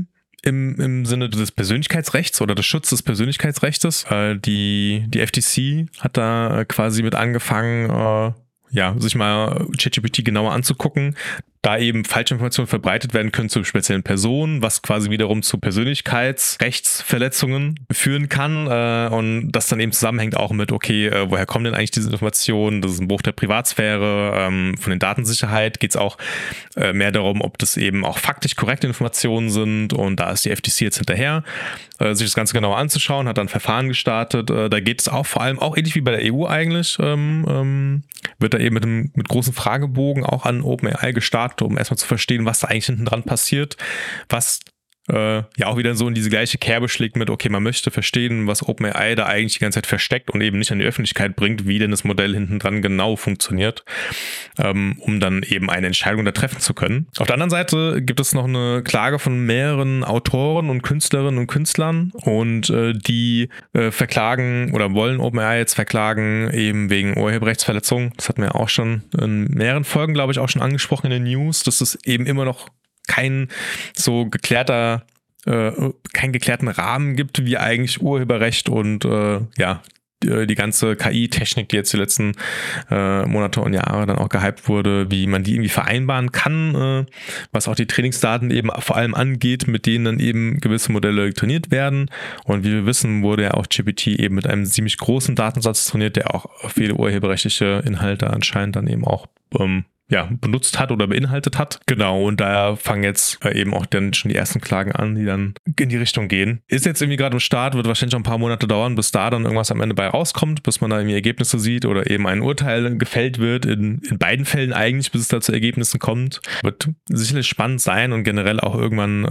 im Sinne des Persönlichkeitsrechts oder des Schutzes des Persönlichkeitsrechts. Die FTC hat da quasi mit angefangen, sich mal ChatGPT genauer anzugucken, da eben falsche Informationen verbreitet werden können zu speziellen Personen, was quasi wiederum zu Persönlichkeitsrechtsverletzungen führen kann und das dann eben zusammenhängt auch mit, okay, woher kommen denn eigentlich diese Informationen? Das ist ein Bruch der Privatsphäre, von der Datensicherheit geht es auch mehr darum, ob das eben auch faktisch korrekte Informationen sind und da ist die FTC jetzt hinterher, sich das Ganze genauer anzuschauen, hat dann ein Verfahren gestartet, da geht es auch vor allem, auch ähnlich wie bei der EU eigentlich, wird da eben mit großen Fragebogen auch an OpenAI gestartet, um erstmal zu verstehen, was da eigentlich hinten dran passiert, was auch wieder so in diese gleiche Kerbe schlägt mit, okay, man möchte verstehen, was OpenAI da eigentlich die ganze Zeit versteckt und eben nicht an die Öffentlichkeit bringt, wie denn das Modell hinten dran genau funktioniert, um dann eben eine Entscheidung da treffen zu können. Auf der anderen Seite gibt es noch eine Klage von mehreren Autoren und Künstlerinnen und Künstlern und die verklagen oder wollen OpenAI jetzt verklagen, eben wegen Urheberrechtsverletzung. Das hatten wir auch schon in mehreren Folgen, glaube ich, auch schon angesprochen in den News, dass es eben immer noch keinen geklärten Rahmen gibt, wie eigentlich Urheberrecht und die ganze KI-Technik, die jetzt die letzten Monate und Jahre dann auch gehypt wurde, wie man die irgendwie vereinbaren kann, was auch die Trainingsdaten eben vor allem angeht, mit denen dann eben gewisse Modelle trainiert werden. Und wie wir wissen, wurde ja auch GPT eben mit einem ziemlich großen Datensatz trainiert, der auch viele urheberrechtliche Inhalte anscheinend dann eben auch benutzt hat oder beinhaltet hat. Genau, und da fangen jetzt eben auch dann schon die ersten Klagen an, die dann in die Richtung gehen. Ist jetzt irgendwie gerade im Start, wird wahrscheinlich noch ein paar Monate dauern, bis da dann irgendwas am Ende bei rauskommt, bis man da irgendwie Ergebnisse sieht oder eben ein Urteil gefällt wird, in beiden Fällen eigentlich, bis es da zu Ergebnissen kommt. Wird sicherlich spannend sein und generell auch irgendwann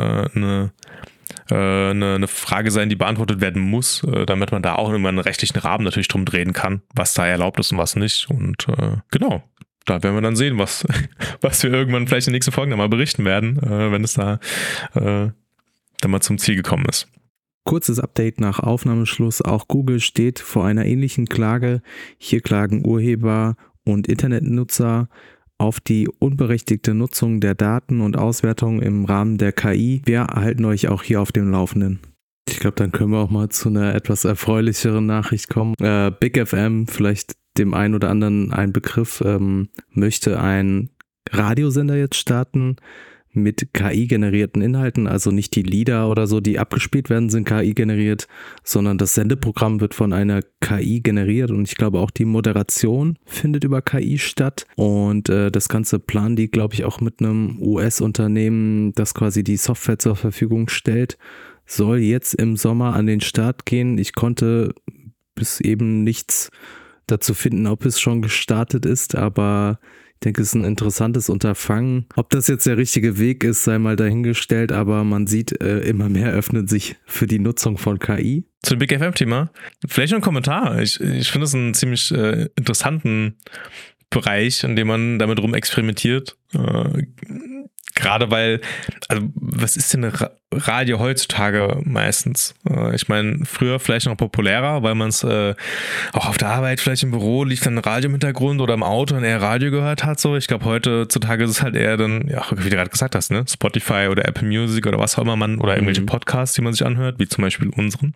eine Frage sein, die beantwortet werden muss, damit man da auch immer einen rechtlichen Rahmen natürlich drum drehen kann, was da erlaubt ist und was nicht. Und genau. Da werden wir dann sehen, was wir irgendwann vielleicht in den nächsten Folgen dann mal berichten werden, wenn es da dann mal zum Ziel gekommen ist. Kurzes Update nach Aufnahmeschluss. Auch Google steht vor einer ähnlichen Klage. Hier klagen Urheber und Internetnutzer auf die unberechtigte Nutzung der Daten und Auswertung im Rahmen der KI. Wir halten euch auch hier auf dem Laufenden. Ich glaube, dann können wir auch mal zu einer etwas erfreulicheren Nachricht kommen. Big FM, vielleicht dem einen oder anderen ein Begriff, möchte ein Radiosender jetzt starten mit KI-generierten Inhalten, also nicht die Lieder oder so, die abgespielt werden, sind KI-generiert, sondern das Sendeprogramm wird von einer KI generiert und ich glaube auch die Moderation findet über KI statt und das Ganze planen die, glaube ich, auch mit einem US-Unternehmen, das quasi die Software zur Verfügung stellt, soll jetzt im Sommer an den Start gehen. Ich konnte bis eben nichts dazu finden, ob es schon gestartet ist, aber ich denke, es ist ein interessantes Unterfangen. Ob das jetzt der richtige Weg ist, sei mal dahingestellt, aber man sieht, immer mehr öffnen sich für die Nutzung von KI. Zu dem Big FM-Thema, vielleicht noch ein Kommentar. Ich finde es einen ziemlich interessanten Bereich, in dem man damit rum experimentiert. Gerade weil, also was ist denn Radio heutzutage meistens? Ich meine, früher vielleicht noch populärer, weil man es auch auf der Arbeit, vielleicht im Büro, lief dann Radio im Hintergrund oder im Auto und eher Radio gehört hat. So, ich glaube, heutzutage ist es halt eher dann, ja, wie du gerade gesagt hast, ne, Spotify oder Apple Music oder was auch immer man, oder irgendwelche Podcasts, die man sich anhört, wie zum Beispiel unseren.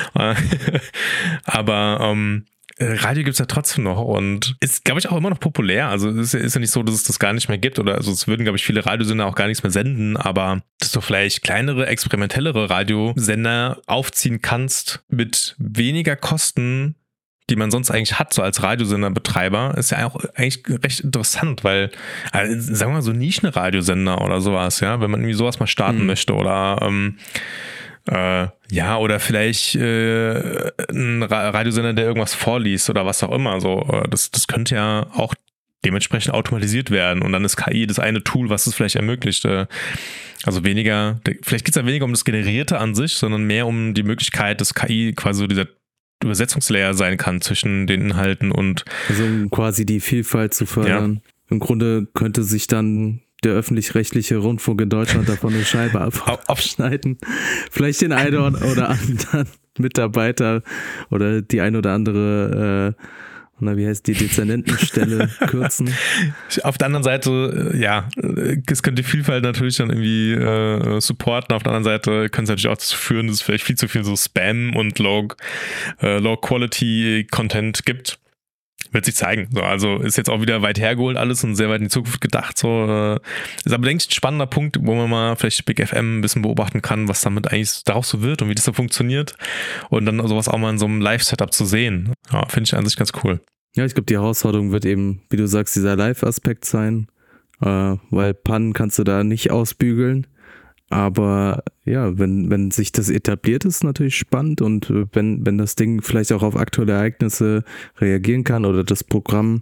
Aber Radio gibt es ja trotzdem noch und ist, glaube ich, auch immer noch populär. Also ist ja nicht so, dass es das gar nicht mehr gibt oder also es würden, glaube ich, viele Radiosender auch gar nichts mehr senden, aber dass du vielleicht kleinere, experimentellere Radiosender aufziehen kannst mit weniger Kosten, die man sonst eigentlich hat, so als Radiosenderbetreiber, ist ja auch eigentlich recht interessant, weil, sagen wir mal, so Nischenradiosender oder sowas, ja, wenn man irgendwie sowas mal starten möchte oder oder vielleicht ein Radiosender, der irgendwas vorliest oder was auch immer. So, das könnte ja auch dementsprechend automatisiert werden und dann ist KI das eine Tool, was es vielleicht ermöglicht. Also weniger, vielleicht geht es ja weniger um das Generierte an sich, sondern mehr um die Möglichkeit, dass KI quasi so dieser Übersetzungslayer sein kann zwischen den Inhalten und also um quasi die Vielfalt zu fördern. Ja. Im Grunde könnte sich dann der öffentlich-rechtliche Rundfunk in Deutschland davon eine Scheibe abschneiden. Vielleicht den einen oder anderen Mitarbeiter oder die ein oder andere Na, wie heißt die Dezernentenstelle kürzen? Auf der anderen Seite, es könnte die Vielfalt natürlich dann irgendwie supporten. Auf der anderen Seite könnte es natürlich auch dazu führen, dass es vielleicht viel zu viel so Spam und Low-Quality-Content gibt. Wird sich zeigen. So, also ist jetzt auch wieder weit hergeholt alles und sehr weit in die Zukunft gedacht. So, ist aber, denke ich, ein spannender Punkt, wo man mal vielleicht Big FM ein bisschen beobachten kann, was damit eigentlich daraus so wird und wie das so funktioniert. Und dann sowas auch mal in so einem Live-Setup zu sehen. Ja, finde ich an sich ganz cool. Ja, ich glaube, die Herausforderung wird eben, wie du sagst, dieser Live-Aspekt sein, weil Pannen kannst du da nicht ausbügeln. Aber ja, wenn sich das etabliert, ist natürlich spannend und wenn das Ding vielleicht auch auf aktuelle Ereignisse reagieren kann oder das Programm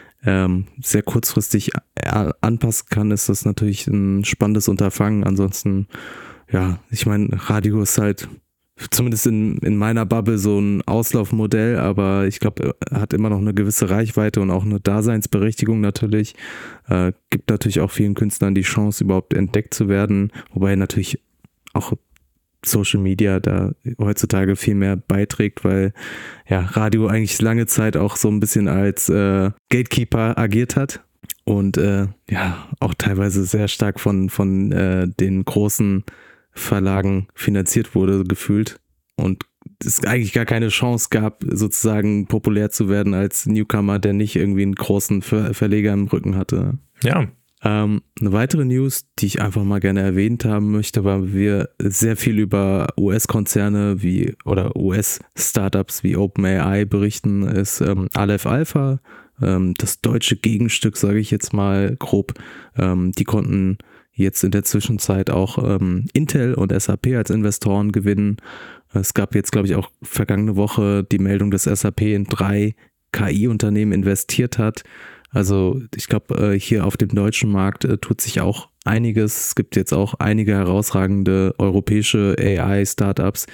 sehr kurzfristig anpassen kann, ist das natürlich ein spannendes Unterfangen. Ansonsten, ja, ich meine, Radio ist halt zumindest in meiner Bubble so ein Auslaufmodell, aber ich glaube, er hat immer noch eine gewisse Reichweite und auch eine Daseinsberechtigung natürlich. Gibt natürlich auch vielen Künstlern die Chance, überhaupt entdeckt zu werden, wobei natürlich auch Social Media da heutzutage viel mehr beiträgt, weil ja Radio eigentlich lange Zeit auch so ein bisschen als Gatekeeper agiert hat und auch teilweise sehr stark von den großen Verlagen finanziert wurde, gefühlt, und es eigentlich gar keine Chance gab, sozusagen populär zu werden als Newcomer, der nicht irgendwie einen großen Verleger im Rücken hatte. Ja. Eine weitere News, die ich einfach mal gerne erwähnt haben möchte, weil wir sehr viel über US-Konzerne oder US-Startups wie OpenAI berichten, ist Aleph Alpha, das deutsche Gegenstück, sage ich jetzt mal grob. Die konnten jetzt in der Zwischenzeit auch Intel und SAP als Investoren gewinnen. Es gab jetzt, glaube ich, auch vergangene Woche die Meldung, dass SAP in 3 KI-Unternehmen investiert hat. Also ich glaube, hier auf dem deutschen Markt tut sich auch einiges. Es gibt jetzt auch einige herausragende europäische AI-Startups.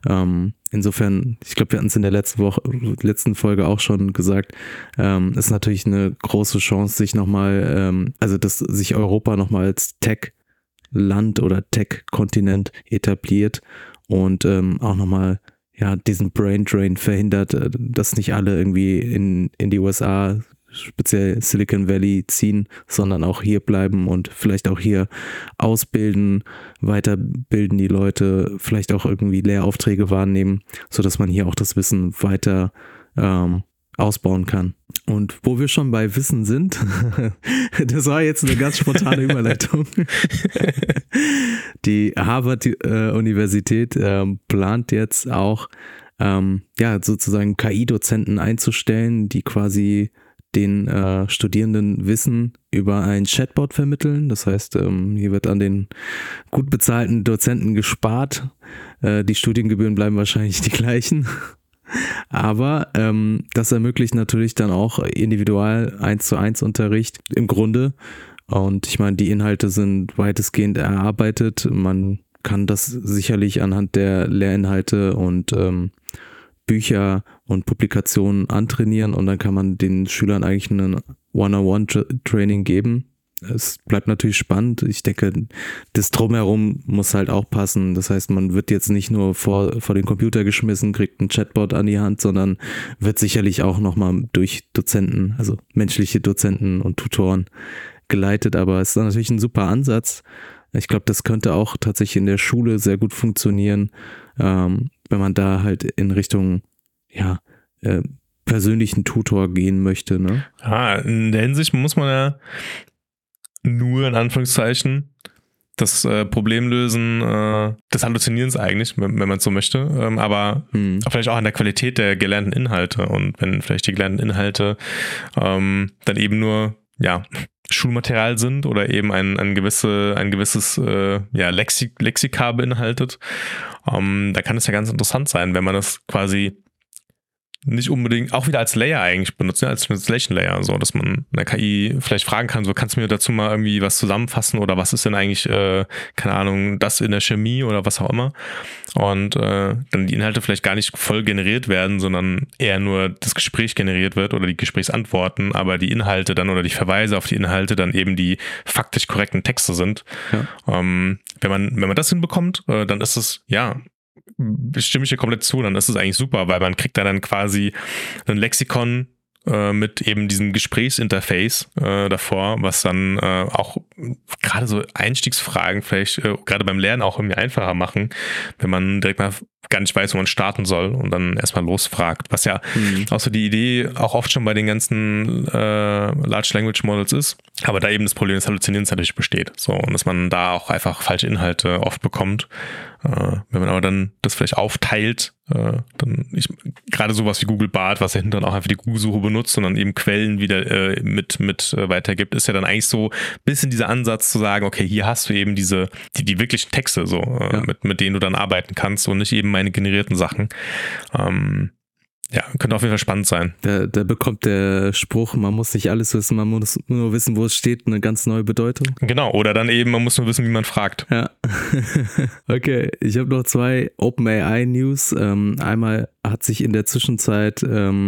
Insofern, ich glaube, wir hatten es in der letzten Folge auch schon gesagt, ist natürlich eine große Chance, sich nochmal, dass sich Europa nochmal als Tech-Land oder Tech-Kontinent etabliert und auch nochmal diesen Brain Drain verhindert, dass nicht alle irgendwie in die USA, speziell Silicon Valley, ziehen, sondern auch hier bleiben und vielleicht auch hier ausbilden, weiterbilden die Leute, vielleicht auch irgendwie Lehraufträge wahrnehmen, sodass man hier auch das Wissen weiter ausbauen kann. Und wo wir schon bei Wissen sind, das war jetzt eine ganz spontane Überleitung. Die Harvard-Universität plant jetzt auch sozusagen KI-Dozenten einzustellen, die quasi den Studierenden Wissen über ein Chatbot vermitteln. Das heißt, hier wird an den gut bezahlten Dozenten gespart. Die Studiengebühren bleiben wahrscheinlich die gleichen. Aber das ermöglicht natürlich dann auch individual 1:1 Unterricht im Grunde. Und ich meine, die Inhalte sind weitestgehend erarbeitet. Man kann das sicherlich anhand der Lehrinhalte und Bücher und Publikationen antrainieren und dann kann man den Schülern eigentlich ein One-on-One-Training geben. Es bleibt natürlich spannend. Ich denke, das Drumherum muss halt auch passen. Das heißt, man wird jetzt nicht nur vor den Computer geschmissen, kriegt einen Chatbot an die Hand, sondern wird sicherlich auch nochmal durch Dozenten, also menschliche Dozenten und Tutoren geleitet. Aber es ist natürlich ein super Ansatz. Ich glaube, das könnte auch tatsächlich in der Schule sehr gut funktionieren, wenn man da halt in Richtung persönlichen Tutor gehen möchte. Ne? Ja, in der Hinsicht muss man ja nur in Anführungszeichen das Problem lösen des Halluzinierens eigentlich, wenn man es so möchte, aber vielleicht auch an der Qualität der gelernten Inhalte. Und wenn vielleicht die gelernten Inhalte dann eben nur Schulmaterial sind oder eben ein gewisses Lexika beinhaltet, da kann es ja ganz interessant sein, wenn man das quasi nicht unbedingt, auch wieder als Layer eigentlich benutzen, als Translation Layer, so, dass man einer KI vielleicht fragen kann, so, kannst du mir dazu mal irgendwie was zusammenfassen oder was ist denn eigentlich, keine Ahnung, das in der Chemie oder was auch immer, und dann die Inhalte vielleicht gar nicht voll generiert werden, sondern eher nur das Gespräch generiert wird oder die Gesprächsantworten, aber die Inhalte dann oder die Verweise auf die Inhalte dann eben die faktisch korrekten Texte sind. Ja. Wenn man das hinbekommt, dann ist es, stimme ich dir komplett zu, dann ist es eigentlich super, weil man kriegt da dann quasi ein Lexikon mit eben diesem Gesprächsinterface davor, was dann auch gerade so Einstiegsfragen vielleicht gerade beim Lernen auch irgendwie einfacher machen, wenn man direkt mal gar nicht weiß, wo man starten soll und dann erstmal losfragt, was ja auch so die Idee auch oft schon bei den ganzen Large Language Models ist, aber da eben das Problem des Halluzinierens natürlich besteht, so, und dass man da auch einfach falsche Inhalte oft bekommt. Wenn man aber dann das vielleicht aufteilt, dann gerade sowas wie Google Bart, was ja hinterher auch einfach die Google-Suche benutzt und dann eben Quellen wieder mit weitergibt, ist ja dann eigentlich so ein bisschen dieser Ansatz zu sagen, okay, hier hast du eben die wirklichen Texte so, mit denen du dann arbeiten kannst und nicht eben meine generierten Sachen. Ja, könnte auf jeden Fall spannend sein. Da bekommt der Spruch, man muss nicht alles wissen, man muss nur wissen, wo es steht, eine ganz neue Bedeutung. Genau, oder dann eben, man muss nur wissen, wie man fragt. Ja. Okay, ich habe noch 2 OpenAI-News. Einmal hat sich in der Zwischenzeit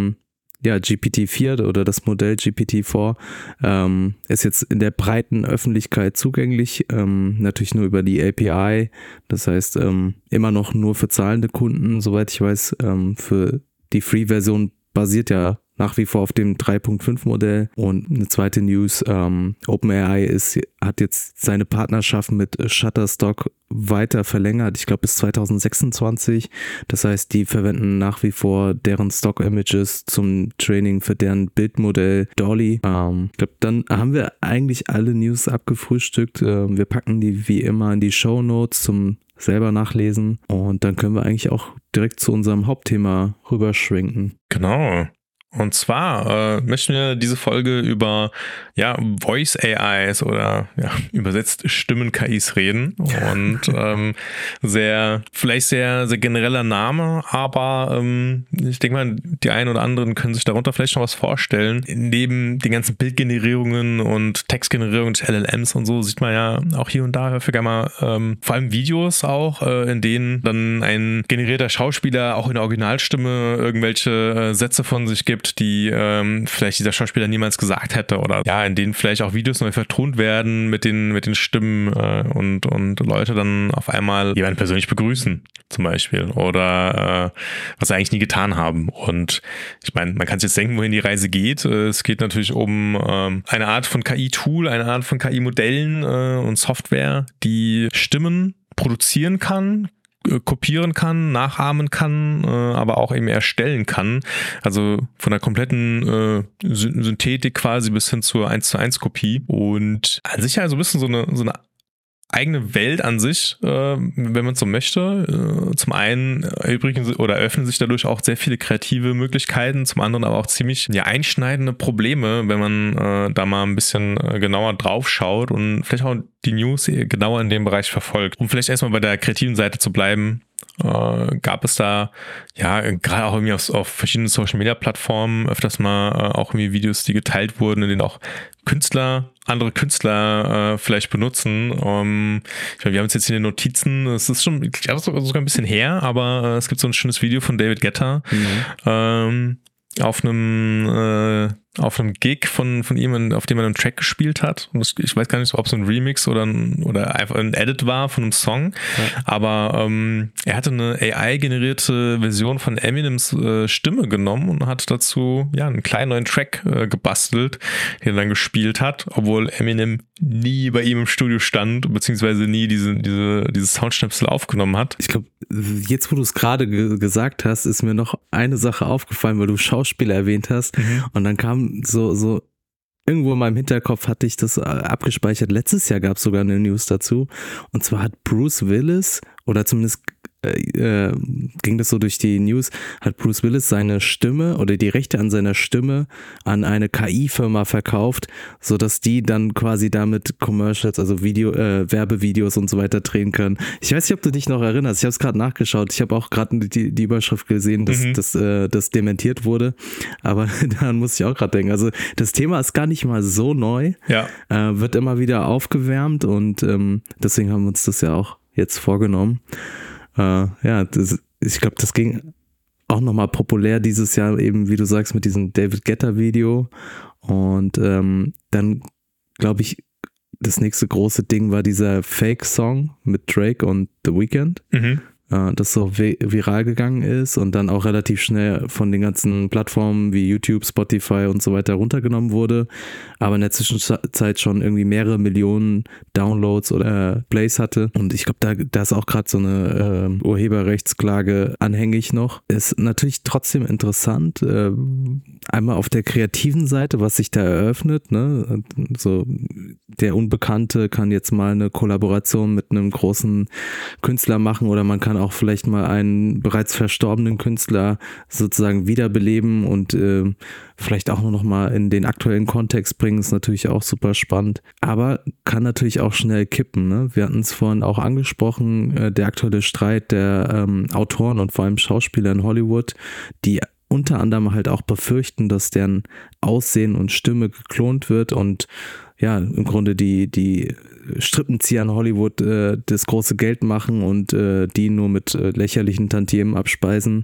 GPT-4 oder das Modell GPT-4 ist jetzt in der breiten Öffentlichkeit zugänglich, natürlich nur über die API, das heißt immer noch nur für zahlende Kunden, soweit ich weiß. Für die Free-Version basiert ja nach wie vor auf dem 3.5 Modell. Und eine zweite News, OpenAI hat jetzt seine Partnerschaft mit Shutterstock weiter verlängert, ich glaube bis 2026. Das heißt, die verwenden nach wie vor deren Stock-Images zum Training für deren Bildmodell DALL-E. Ich glaube, dann haben wir eigentlich alle News abgefrühstückt. Wir packen die wie immer in die Shownotes zum selber nachlesen und dann können wir eigentlich auch direkt zu unserem Hauptthema rüberschwenken. Genau. Und zwar möchten wir diese Folge über Voice AIs oder übersetzt Stimmen-KIs reden. Und vielleicht sehr, sehr genereller Name, aber ich denke mal, die einen oder anderen können sich darunter vielleicht noch was vorstellen. Neben den ganzen Bildgenerierungen und Textgenerierungen des LLMs und so sieht man ja auch hier und da häufiger mal vor allem Videos auch, in denen dann ein generierter Schauspieler auch in der Originalstimme irgendwelche Sätze von sich gibt, die vielleicht dieser Schauspieler niemals gesagt hätte, oder in denen vielleicht auch Videos neu vertont werden mit den Stimmen und Leute dann auf einmal jemanden persönlich begrüßen zum Beispiel oder was sie eigentlich nie getan haben. Und ich meine, man kann sich jetzt denken, wohin die Reise geht. Es geht natürlich um eine Art von KI-Tool, eine Art von KI-Modellen und Software, die Stimmen produzieren kann, kopieren kann, nachahmen kann, aber auch eben erstellen kann. Also von der kompletten Synthetik quasi bis hin zur 1:1 Kopie. Und an sich also ein bisschen so eine eigene Welt an sich, wenn man so möchte. Zum einen eröffnen sich dadurch auch sehr viele kreative Möglichkeiten, zum anderen aber auch ziemlich einschneidende Probleme, wenn man da mal ein bisschen genauer drauf schaut und vielleicht auch die News genauer in dem Bereich verfolgt. Um vielleicht erstmal bei der kreativen Seite zu bleiben, gab es da gerade auch irgendwie auf verschiedenen Social-Media-Plattformen öfters mal auch irgendwie Videos, die geteilt wurden, in denen auch andere Künstler vielleicht benutzen. Ich meine, wir haben es jetzt in den Notizen, es ist schon, ich glaube, sogar ein bisschen her, aber es gibt so ein schönes Video von David Guetta auf einem Gig von ihm, auf dem er einen Track gespielt hat. Und ich weiß gar nicht, ob es ein Remix oder einfach ein Edit war von einem Song. Ja. Aber er hatte eine AI-generierte Version von Eminems Stimme genommen und hat dazu einen kleinen neuen Track gebastelt, den er dann gespielt hat, obwohl Eminem nie bei ihm im Studio stand, beziehungsweise nie dieses Soundschnipsel aufgenommen hat. Ich glaube, jetzt wo du es gerade gesagt hast, ist mir noch eine Sache aufgefallen, weil du Schauspieler erwähnt hast. Und dann kam so irgendwo in meinem Hinterkopf hatte ich das abgespeichert. Letztes Jahr gab es sogar eine News dazu. Und zwar hat Bruce Willis, oder zumindest ging das so durch die News, hat Bruce Willis seine Stimme oder die Rechte an seiner Stimme an eine KI-Firma verkauft, sodass die dann quasi damit Commercials, also Werbevideos und so weiter drehen können. Ich weiß nicht, ob du dich noch erinnerst. Ich habe es gerade nachgeschaut. Ich habe auch gerade die Überschrift gesehen, dass das dementiert wurde. Aber daran muss ich auch gerade denken. Also das Thema ist gar nicht mal so neu. Ja. Wird immer wieder aufgewärmt und deswegen haben wir uns das ja auch jetzt vorgenommen. Ich glaube, das ging auch nochmal populär dieses Jahr, eben wie du sagst, mit diesem David Guetta Video. Und dann, glaube ich, das nächste große Ding war dieser Fake-Song mit Drake und The Weeknd. das so viral gegangen ist und dann auch relativ schnell von den ganzen Plattformen wie YouTube, Spotify und so weiter runtergenommen wurde, aber in der Zwischenzeit schon irgendwie mehrere Millionen Downloads oder Plays hatte. Und ich glaube, da ist auch gerade so eine Urheberrechtsklage anhängig noch. Ist natürlich trotzdem interessant, einmal auf der kreativen Seite, was sich da eröffnet, ne? So, der Unbekannte kann jetzt mal eine Kollaboration mit einem großen Künstler machen oder man kann auch vielleicht mal einen bereits verstorbenen Künstler sozusagen wiederbeleben und vielleicht auch noch mal in den aktuellen Kontext bringen, ist natürlich auch super spannend, aber kann natürlich auch schnell kippen, ne? Wir hatten es vorhin auch angesprochen, der aktuelle Streit der Autoren und vor allem Schauspieler in Hollywood, die unter anderem halt auch befürchten, dass deren Aussehen und Stimme geklont wird und ja, im Grunde die Strippenzieher in Hollywood das große Geld machen und die nur mit lächerlichen Tantiemen abspeisen,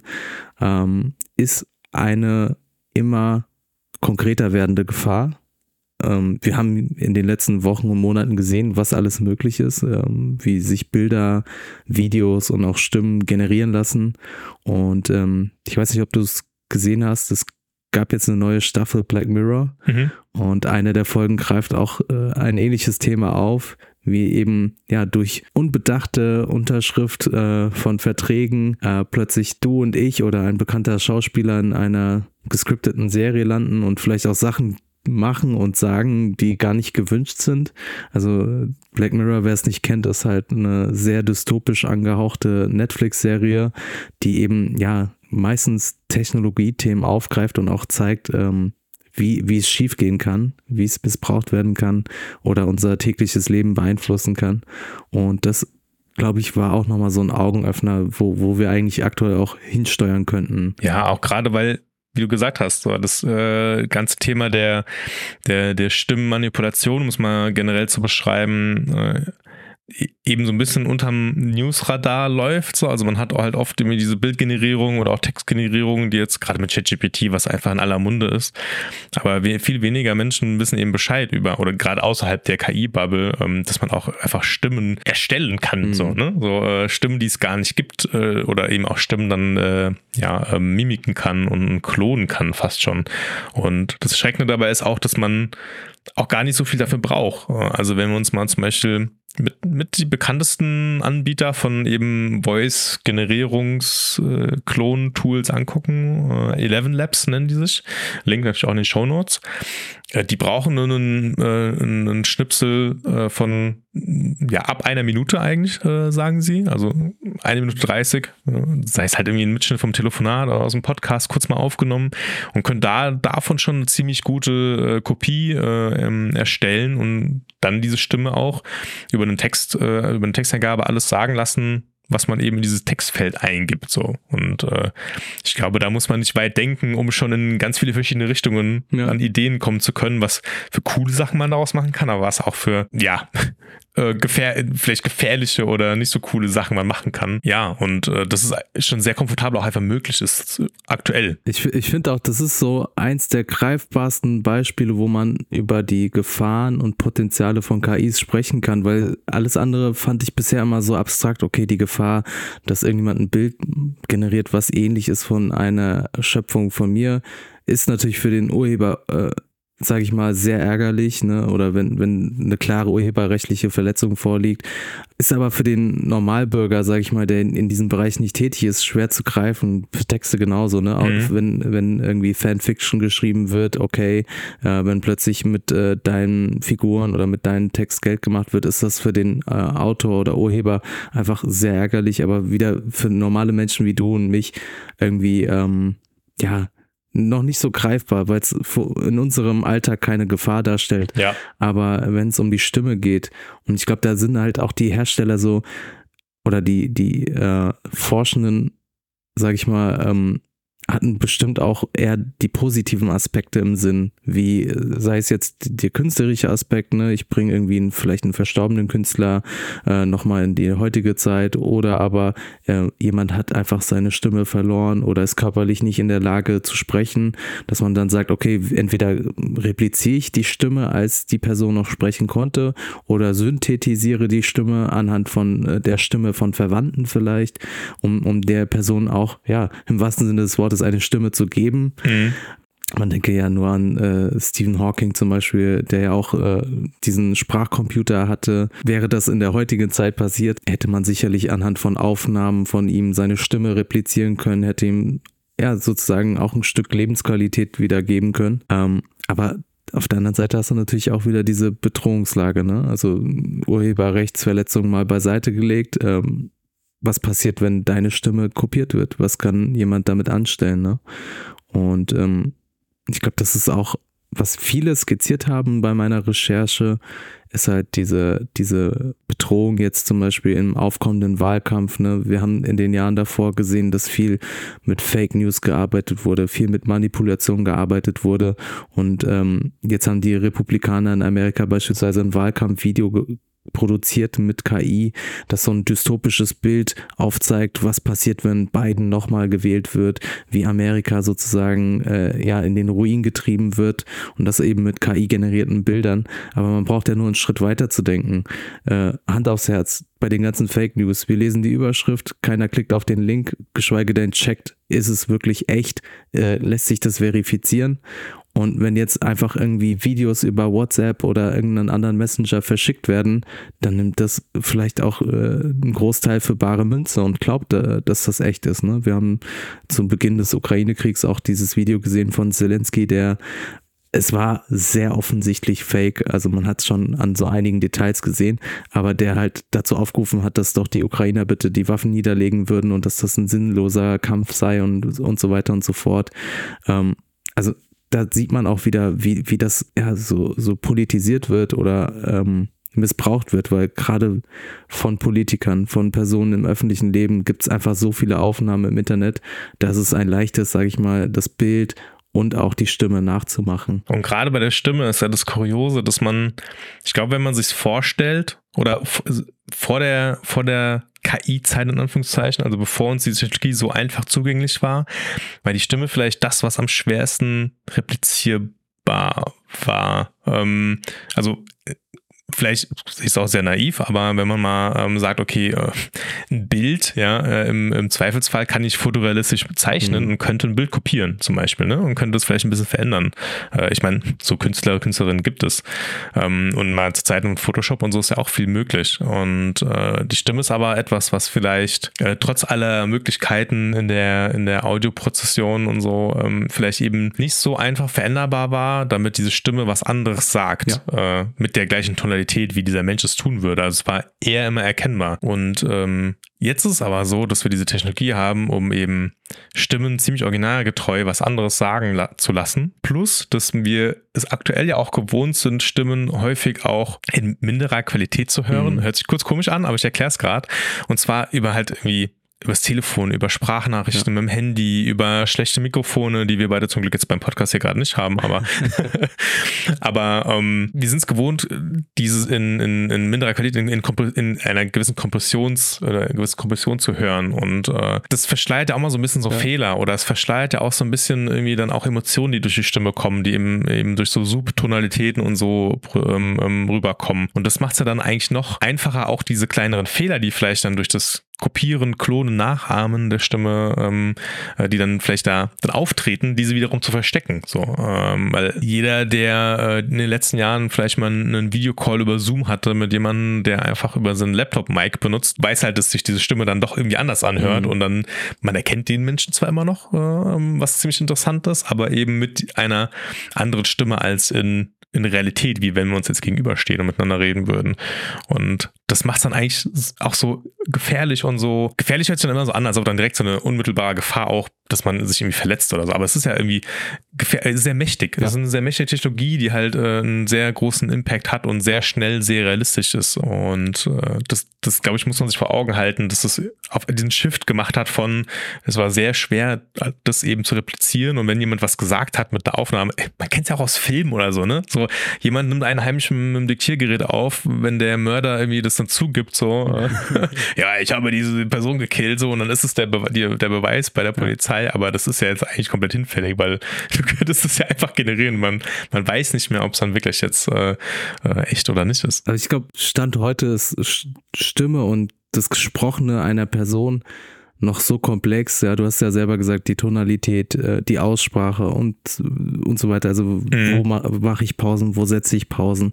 ist eine immer konkreter werdende Gefahr. Wir haben in den letzten Wochen und Monaten gesehen, was alles möglich ist, wie sich Bilder, Videos und auch Stimmen generieren lassen. Und ich weiß nicht, ob du es gesehen hast, es gab jetzt eine neue Staffel Black Mirror und eine der Folgen greift auch ein ähnliches Thema auf, wie eben ja durch unbedachte Unterschrift von Verträgen plötzlich du und ich oder ein bekannter Schauspieler in einer gescripteten Serie landen und vielleicht auch Sachen machen und sagen, die gar nicht gewünscht sind. Also Black Mirror, wer es nicht kennt, ist halt eine sehr dystopisch angehauchte Netflix-Serie, die eben ja meistens Technologiethemen aufgreift und auch zeigt, wie es schiefgehen kann, wie es missbraucht werden kann oder unser tägliches Leben beeinflussen kann. Und das, glaube ich, war auch nochmal so ein Augenöffner, wo wir eigentlich aktuell auch hinsteuern könnten. Ja, auch gerade weil, wie du gesagt hast, so das ganze Thema der Stimmenmanipulation, muss man generell zu beschreiben, eben so ein bisschen unterm Newsradar läuft. So. Also man hat auch halt oft immer diese Bildgenerierung oder auch Textgenerierung, die jetzt gerade mit ChatGPT, was einfach in aller Munde ist. Aber viel weniger Menschen wissen eben Bescheid über, oder gerade außerhalb der KI-Bubble, dass man auch einfach Stimmen erstellen kann. So, ne? So Stimmen, die es gar nicht gibt, oder eben auch Stimmen dann mimiken kann und klonen kann fast schon. Und das Schreckende dabei ist auch, dass man auch gar nicht so viel dafür braucht. Also wenn wir uns mal zum Beispiel mit die bekanntesten Anbieter von eben Voice-Generierungs-Klon-Tools angucken. 11 Labs nennen die sich. Link natürlich auch in den Shownotes. Die brauchen nur einen Schnipsel von ab 1 Minute eigentlich, sagen sie. Also 1 Minute 30. Sei es halt irgendwie ein Mitschnitt vom Telefonat oder aus dem Podcast kurz mal aufgenommen und können davon schon eine ziemlich gute Kopie erstellen und dann diese Stimme auch über eine Texteingabe alles sagen lassen, was man eben in dieses Textfeld eingibt. So. Und ich glaube, da muss man nicht weit denken, um schon in ganz viele verschiedene Richtungen an Ideen kommen zu können, was für coole Sachen man daraus machen kann, aber was auch für, vielleicht gefährliche oder nicht so coole Sachen man machen kann. Ja, und das ist schon sehr komfortabel auch einfach möglich ist aktuell. Ich finde auch, das ist so eins der greifbarsten Beispiele, wo man über die Gefahren und Potenziale von KIs sprechen kann, weil alles andere fand ich bisher immer so abstrakt. Okay, die Gefahr, dass irgendjemand ein Bild generiert, was ähnlich ist von einer Schöpfung von mir, ist natürlich für den Urheber sage ich mal, sehr ärgerlich, ne? Oder wenn eine klare urheberrechtliche Verletzung vorliegt. Ist aber für den Normalbürger, sage ich mal, der in diesem Bereich nicht tätig ist, schwer zu greifen. Für Texte genauso, ne? Auch wenn irgendwie Fanfiction geschrieben wird, okay, wenn plötzlich mit deinen Figuren oder mit deinem Text Geld gemacht wird, ist das für den Autor oder Urheber einfach sehr ärgerlich, aber wieder für normale Menschen wie du und mich irgendwie, noch nicht so greifbar, weil es in unserem Alltag keine Gefahr darstellt. Ja. Aber wenn es um die Stimme geht, und ich glaube, da sind halt auch die Hersteller so, oder die Forschenden, sage ich mal, hatten bestimmt auch eher die positiven Aspekte im Sinn, wie sei es jetzt der künstlerische Aspekt, ne, ich bringe irgendwie vielleicht einen verstorbenen Künstler nochmal in die heutige Zeit, oder aber jemand hat einfach seine Stimme verloren oder ist körperlich nicht in der Lage zu sprechen, dass man dann sagt, okay, entweder repliziere ich die Stimme, als die Person noch sprechen konnte, oder synthetisiere die Stimme anhand von der Stimme von Verwandten vielleicht, um der Person auch, ja, im wahrsten Sinne des Wortes eine Stimme zu geben. Mhm. Man denke ja nur an Stephen Hawking zum Beispiel, der ja auch diesen Sprachcomputer hatte. Wäre das in der heutigen Zeit passiert, hätte man sicherlich anhand von Aufnahmen von ihm seine Stimme replizieren können, hätte ihm ja sozusagen auch ein Stück Lebensqualität wiedergeben können. Aber auf der anderen Seite hast du natürlich auch wieder diese Bedrohungslage, ne? Also Urheberrechtsverletzungen mal beiseite gelegt. Was passiert, wenn deine Stimme kopiert wird? Was kann jemand damit anstellen, ne? Und ich glaube, das ist auch, was viele skizziert haben bei meiner Recherche, ist halt diese Bedrohung jetzt zum Beispiel im aufkommenden Wahlkampf, ne? Wir haben in den Jahren davor gesehen, dass viel mit Fake News gearbeitet wurde, viel mit Manipulation gearbeitet wurde, und jetzt haben die Republikaner in Amerika beispielsweise ein Wahlkampfvideo produziert mit KI, das so ein dystopisches Bild aufzeigt, was passiert, wenn Biden nochmal gewählt wird, wie Amerika sozusagen in den Ruin getrieben wird, und das eben mit KI-generierten Bildern. Aber man braucht ja nur einen Schritt weiter zu denken. Hand aufs Herz, bei den ganzen Fake News, wir lesen die Überschrift, keiner klickt auf den Link, geschweige denn checkt, ist es wirklich echt, lässt sich das verifizieren? Und wenn jetzt einfach irgendwie Videos über WhatsApp oder irgendeinen anderen Messenger verschickt werden, dann nimmt das vielleicht auch einen Großteil für bare Münze und glaubt, dass das echt ist, ne? Wir haben zum Beginn des Ukraine-Kriegs auch dieses Video gesehen von Zelensky, es war sehr offensichtlich fake, also man hat es schon an so einigen Details gesehen, aber der halt dazu aufgerufen hat, dass doch die Ukrainer bitte die Waffen niederlegen würden und dass das ein sinnloser Kampf sei und so weiter und so fort. Also da sieht man auch wieder, wie das ja so politisiert wird oder missbraucht wird, weil gerade von Politikern, von Personen im öffentlichen Leben gibt es einfach so viele Aufnahmen im Internet, dass es ein leichtes, sage ich mal, das Bild und auch die Stimme nachzumachen. Und gerade bei der Stimme ist ja das Kuriose, dass ich glaube, wenn man sich vorstellt oder vor der KI-Zeit in Anführungszeichen, also bevor uns die Technologie so einfach zugänglich war, war die Stimme vielleicht das, was am schwersten replizierbar war. Also vielleicht ist es auch sehr naiv, aber wenn man mal sagt, okay, ein Bild, ja, im Zweifelsfall kann ich fotorealistisch bezeichnen und könnte ein Bild kopieren zum Beispiel, ne, und könnte das vielleicht ein bisschen verändern. Ich meine, so Künstlerinnen gibt es. Und mal zur Zeit mit Photoshop und so ist ja auch viel möglich. Und die Stimme ist aber etwas, was vielleicht trotz aller Möglichkeiten in der Audioprozession und so vielleicht eben nicht so einfach veränderbar war, damit diese Stimme was anderes sagt, mit der gleichen Tonalität, wie dieser Mensch es tun würde. Also es war eher immer erkennbar. Und jetzt ist es aber so, dass wir diese Technologie haben, um eben Stimmen ziemlich originalgetreu was anderes sagen zu lassen. Plus, dass wir es aktuell ja auch gewohnt sind, Stimmen häufig auch in minderer Qualität zu hören. Hört sich kurz komisch an, aber ich erkläre es gerade. Und zwar über halt irgendwie übers Telefon, über Sprachnachrichten mit dem Handy, über schlechte Mikrofone, die wir beide zum Glück jetzt beim Podcast hier gerade nicht haben, aber wir sind es gewohnt, dieses in minderer Qualität, in einer gewissen Kompression zu hören, und das verschleiert ja auch mal so ein bisschen so Fehler, oder es verschleiert ja auch so ein bisschen irgendwie dann auch Emotionen, die durch die Stimme kommen, die eben durch so Subtonalitäten und so rüberkommen, und das macht es ja dann eigentlich noch einfacher, auch diese kleineren Fehler, die vielleicht dann durch das Kopieren, Klonen, Nachahmen der Stimme, die dann vielleicht da dann auftreten, diese wiederum zu verstecken. So, weil jeder, der in den letzten Jahren vielleicht mal einen Videocall über Zoom hatte mit jemandem, der einfach über seinen Laptop-Mic benutzt, weiß halt, dass sich diese Stimme dann doch irgendwie anders anhört, und dann, man erkennt den Menschen zwar immer noch, was ziemlich interessant ist, aber eben mit einer anderen Stimme als in Realität, wie wenn wir uns jetzt gegenüberstehen und miteinander reden würden. Und das macht es dann eigentlich auch so gefährlich und so. Gefährlich hört sich dann immer so an, als ob dann direkt so eine unmittelbare Gefahr auch, dass man sich irgendwie verletzt oder so. Aber es ist ja irgendwie sehr mächtig. Es ist eine sehr mächtige Technologie, die halt einen sehr großen Impact hat und sehr schnell, sehr realistisch ist. Und das glaube ich, muss man sich vor Augen halten, dass es auf diesen Shift gemacht hat von, es war sehr schwer, das eben zu replizieren. Und wenn jemand was gesagt hat mit der Aufnahme, man kennt es ja auch aus Filmen oder so, ne? So, jemand nimmt einen heimlich mit einem Diktiergerät auf, wenn der Mörder irgendwie das dann zugibt, so, ja, ich habe diese Person gekillt, so, und dann ist es der Beweis bei der Polizei, aber das ist ja jetzt eigentlich komplett hinfällig, weil du könntest es ja einfach generieren. Man weiß nicht mehr, ob es dann wirklich jetzt echt oder nicht ist. Also ich glaube, Stand heute ist Stimme und das Gesprochene einer Person noch so komplex, ja, du hast ja selber gesagt, die Tonalität, die Aussprache und so weiter, also wo mache ich Pausen, wo setze ich Pausen.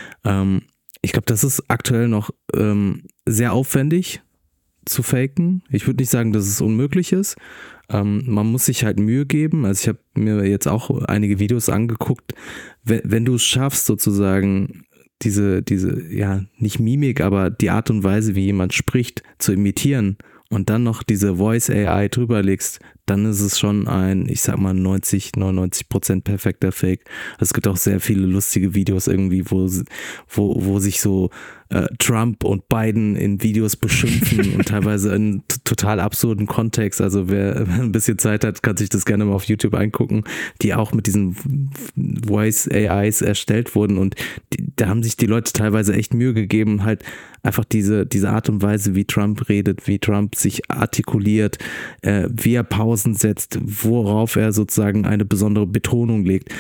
Ich glaube, das ist aktuell noch sehr aufwendig zu faken. Ich würde nicht sagen, dass es unmöglich ist. Man muss sich halt Mühe geben. Also ich habe mir jetzt auch einige Videos angeguckt. Wenn du es schaffst, sozusagen diese, ja, nicht Mimik, aber die Art und Weise, wie jemand spricht, zu imitieren und dann noch diese Voice AI drüber legst, dann ist es schon ein, ich sag mal, 99% perfekter Fake. Also es gibt auch sehr viele lustige Videos irgendwie, wo sich so Trump und Biden in Videos beschimpfen und teilweise in total absurden Kontext. Also wer ein bisschen Zeit hat, kann sich das gerne mal auf YouTube angucken, die auch mit diesen Voice AIs erstellt wurden, und da haben sich die Leute teilweise echt Mühe gegeben, halt einfach diese Art und Weise, wie Trump redet, wie Trump sich artikuliert, wie er Pausen setzt, worauf er sozusagen eine besondere Betonung legt.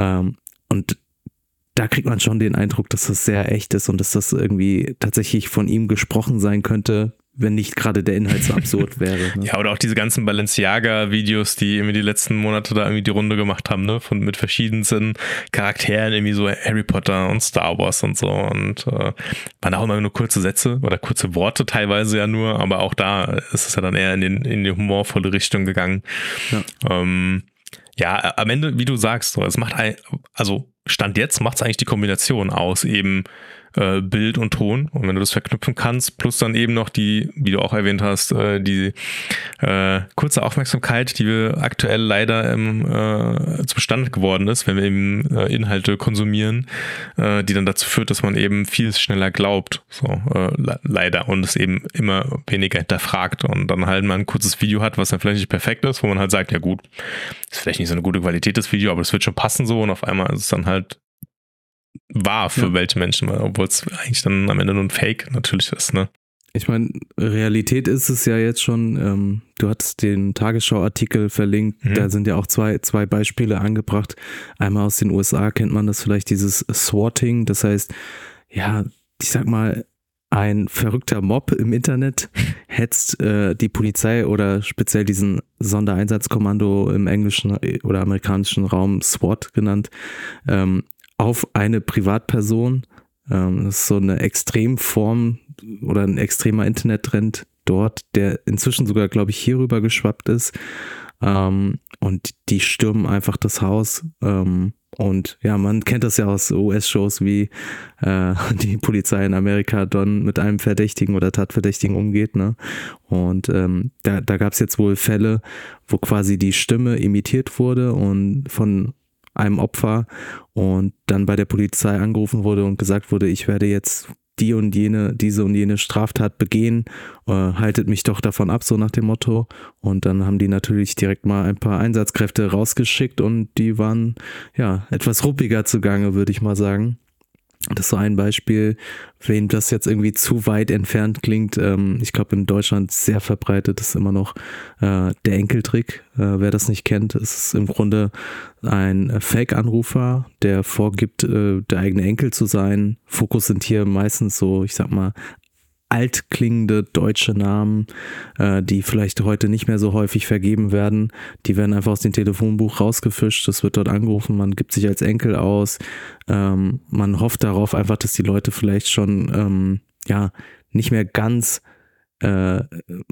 Und da kriegt man schon den Eindruck, dass das sehr echt ist und dass das irgendwie tatsächlich von ihm gesprochen sein könnte, wenn nicht gerade der Inhalt so absurd wäre. Ne? Ja, oder auch diese ganzen Balenciaga-Videos, die irgendwie die letzten Monate da irgendwie die Runde gemacht haben, ne? Mit verschiedensten Charakteren, irgendwie so Harry Potter und Star Wars und so. Und waren auch immer nur kurze Sätze oder kurze Worte teilweise ja nur, aber auch da ist es ja dann eher in die humorvolle Richtung gegangen. Ja. Ja, am Ende, wie du sagst, so, es macht Stand jetzt macht es eigentlich die Kombination aus eben Bild und Ton, und wenn du das verknüpfen kannst, plus dann eben noch die, wie du auch erwähnt hast, die kurze Aufmerksamkeit, die wir aktuell leider zustande geworden ist, wenn wir eben Inhalte konsumieren, die dann dazu führt, dass man eben viel schneller glaubt, so leider, und es eben immer weniger hinterfragt und dann halt mal ein kurzes Video hat, was dann vielleicht nicht perfekt ist, wo man halt sagt, ja gut, ist vielleicht nicht so eine gute Qualität das Video, aber es wird schon passen so, und auf einmal ist es dann halt wahr für welche Menschen, obwohl es eigentlich dann am Ende nur ein Fake natürlich ist, ne? Ich meine, Realität ist es ja jetzt schon, du hattest den Tagesschau-Artikel verlinkt, da sind ja auch zwei Beispiele angebracht. Einmal aus den USA kennt man das vielleicht, dieses Swatting, das heißt, ja, ich sag mal, ein verrückter Mob im Internet hetzt die Polizei oder speziell diesen Sondereinsatzkommando im englischen oder amerikanischen Raum, SWAT genannt, auf eine Privatperson. Das ist so eine Extremform oder ein extremer Internettrend dort, der inzwischen sogar, glaube ich, hierüber geschwappt ist. Und die stürmen einfach das Haus. Und ja, man kennt das ja aus US-Shows, wie die Polizei in Amerika dann mit einem Verdächtigen oder Tatverdächtigen umgeht, ne? Und da gab es jetzt wohl Fälle, wo quasi die Stimme imitiert wurde und von einem Opfer und dann bei der Polizei angerufen wurde und gesagt wurde, ich werde jetzt diese und jene Straftat begehen, haltet mich doch davon ab, so nach dem Motto. Und dann haben die natürlich direkt mal ein paar Einsatzkräfte rausgeschickt und die waren ja etwas ruppiger zugange, würde ich mal sagen. Das ist so ein Beispiel, wem das jetzt irgendwie zu weit entfernt klingt. Ich glaube, in Deutschland sehr verbreitet ist immer noch der Enkeltrick. Wer das nicht kennt, ist im Grunde ein Fake-Anrufer, der vorgibt, der eigene Enkel zu sein. Fokus sind hier meistens so, ich sag mal, altklingende deutsche Namen, die vielleicht heute nicht mehr so häufig vergeben werden. Die werden einfach aus dem Telefonbuch rausgefischt, es wird dort angerufen, man gibt sich als Enkel aus. Man hofft darauf einfach, dass die Leute vielleicht schon nicht mehr ganz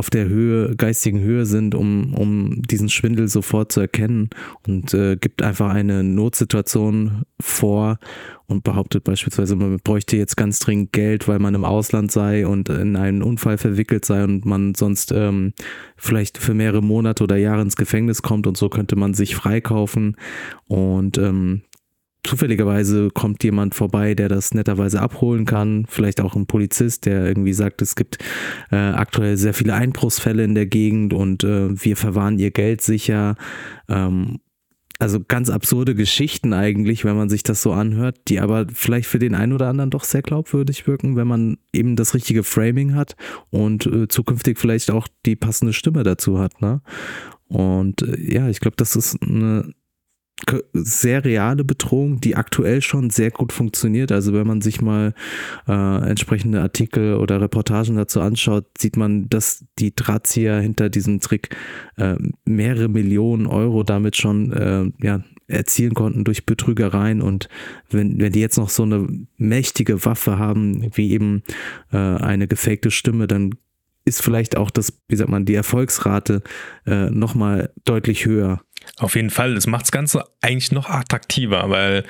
auf der geistigen Höhe sind, um diesen Schwindel sofort zu erkennen, und gibt einfach eine Notsituation vor und behauptet beispielsweise, man bräuchte jetzt ganz dringend Geld, weil man im Ausland sei und in einen Unfall verwickelt sei und man sonst vielleicht für mehrere Monate oder Jahre ins Gefängnis kommt, und so könnte man sich freikaufen, und zufälligerweise kommt jemand vorbei, der das netterweise abholen kann, vielleicht auch ein Polizist, der irgendwie sagt, es gibt aktuell sehr viele Einbruchsfälle in der Gegend und wir verwahren ihr Geld sicher. Also ganz absurde Geschichten eigentlich, wenn man sich das so anhört, die aber vielleicht für den einen oder anderen doch sehr glaubwürdig wirken, wenn man eben das richtige Framing hat und zukünftig vielleicht auch die passende Stimme dazu hat, ne? Und ja, ich glaube, das ist eine sehr reale Bedrohung, die aktuell schon sehr gut funktioniert. Also wenn man sich mal entsprechende Artikel oder Reportagen dazu anschaut, sieht man, dass die Drahtzieher hinter diesem Trick mehrere Millionen Euro damit schon erzielen konnten durch Betrügereien, und wenn die jetzt noch so eine mächtige Waffe haben, wie eben eine gefakte Stimme, dann ist vielleicht auch die Erfolgsrate nochmal deutlich höher. Auf jeden Fall, das macht das Ganze eigentlich noch attraktiver, weil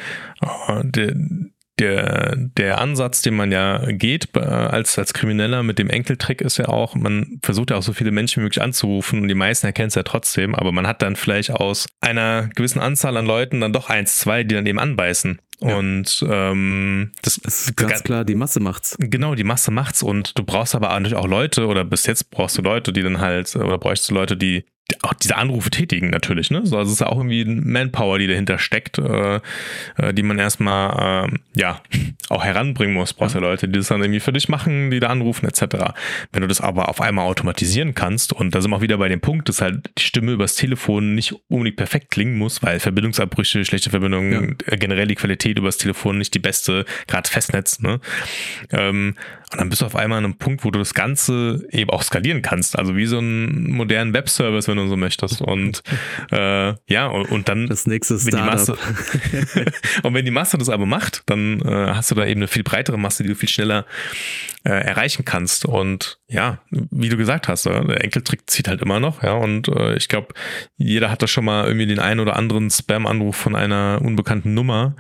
der Ansatz, den man ja geht als Krimineller mit dem Enkeltrick, ist ja auch, man versucht ja auch so viele Menschen wie möglich anzurufen, und die meisten erkennen es ja trotzdem, aber man hat dann vielleicht aus einer gewissen Anzahl an Leuten dann doch 1, 2, die dann eben anbeißen. Ja. Und das ist ganz klar, die Masse macht's. Genau, die Masse macht's, und du brauchst aber natürlich auch Leute, oder bis jetzt brauchst du Leute, die dann halt, oder bräuchst du Leute, die auch diese Anrufe tätigen natürlich, ne? So, also es ist ja auch irgendwie Manpower, die dahinter steckt, die man erstmal auch heranbringen muss. Brauchst ja Leute, die das dann irgendwie für dich machen, die da anrufen etc. Wenn du das aber auf einmal automatisieren kannst, und da sind wir auch wieder bei dem Punkt, dass halt die Stimme übers Telefon nicht unbedingt perfekt klingen muss, weil Verbindungsabbrüche, schlechte Verbindungen, generell die Qualität übers Telefon nicht die beste, gerade Festnetz, ne? Und dann bist du auf einmal an einem Punkt, wo du das Ganze eben auch skalieren kannst. Also wie so einen modernen Webservice, wenn du so möchtest. Und und dann das nächste Startup. Und wenn die Masse das aber macht, dann hast du da eben eine viel breitere Masse, die du viel schneller erreichen kannst. Und ja, wie du gesagt hast, der Enkeltrick zieht halt immer noch. Ja, und ich glaube, jeder hat da schon mal irgendwie den einen oder anderen Spam-Anruf von einer unbekannten Nummer.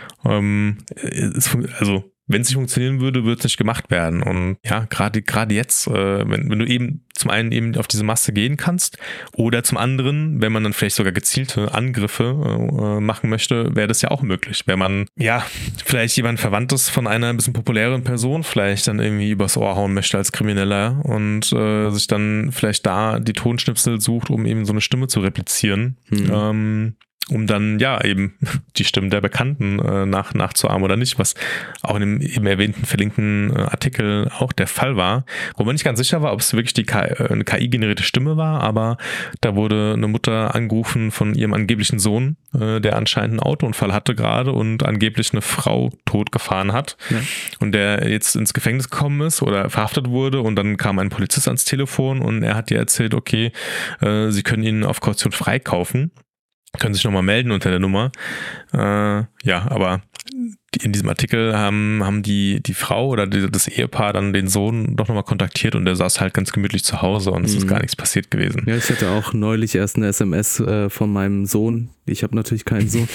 Wenn es nicht funktionieren würde, würde es nicht gemacht werden. Und ja, gerade jetzt, wenn du eben zum einen eben auf diese Masse gehen kannst, oder zum anderen, wenn man dann vielleicht sogar gezielte Angriffe machen möchte, wäre das ja auch möglich. Wenn man vielleicht jemand Verwandtes von einer ein bisschen populären Person vielleicht dann irgendwie übers Ohr hauen möchte als Krimineller und sich dann vielleicht da die Tonschnipsel sucht, um eben so eine Stimme zu replizieren. Um dann eben die Stimmen der Bekannten nachzuahmen oder nicht, was auch in dem eben erwähnten verlinkten Artikel auch der Fall war, wo man nicht ganz sicher war, ob es wirklich eine KI-generierte Stimme war, aber da wurde eine Mutter angerufen von ihrem angeblichen Sohn, der anscheinend einen Autounfall hatte gerade und angeblich eine Frau totgefahren hat, und der jetzt ins Gefängnis gekommen ist oder verhaftet wurde, und dann kam ein Polizist ans Telefon und er hat ihr erzählt, okay, sie können ihn auf Kaution freikaufen. Können sich nochmal melden unter der Nummer. Aber in diesem Artikel haben die Frau oder das Ehepaar dann den Sohn doch nochmal kontaktiert, und der saß halt ganz gemütlich zu Hause, und es ist gar nichts passiert gewesen. Ja, ich hatte auch neulich erst eine SMS von meinem Sohn. Ich habe natürlich keinen Sohn,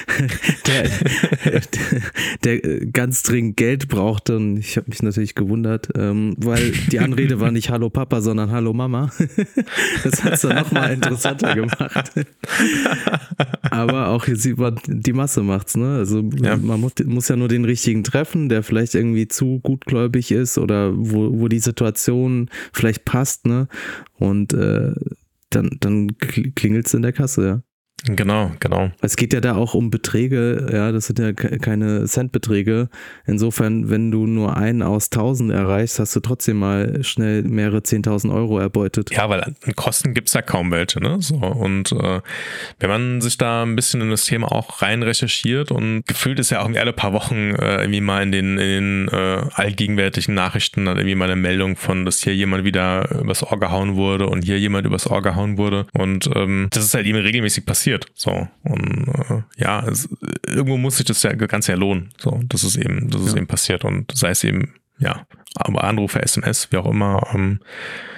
der ganz dringend Geld brauchte, und ich habe mich natürlich gewundert, weil die Anrede war nicht Hallo Papa, sondern Hallo Mama. Das hat es dann nochmal interessanter gemacht. Aber auch hier sieht man, die Masse macht's, ne? Also man muss ja nur den richtigen treffen, der vielleicht irgendwie zu gutgläubig ist oder wo die Situation vielleicht passt, ne? Und dann klingelt's in der Kasse, ja. Genau. Es geht ja da auch um Beträge, ja, das sind ja keine Centbeträge. Insofern, wenn du nur einen aus 1000 erreichst, hast du trotzdem mal schnell mehrere 10.000 Euro erbeutet. Ja, weil an Kosten gibt's ja kaum welche, ne? So, und wenn man sich da ein bisschen in das Thema auch rein recherchiert, und gefühlt ist ja auch alle paar Wochen irgendwie mal in den allgegenwärtigen Nachrichten dann irgendwie mal eine Meldung von, dass hier jemand wieder übers Ohr gehauen wurde und hier jemand übers Ohr gehauen wurde, und das ist halt eben regelmäßig passiert. So, und irgendwo muss sich das Ganze ja lohnen. So, das ist eben passiert, und sei es eben, aber Anrufe, SMS, wie auch immer,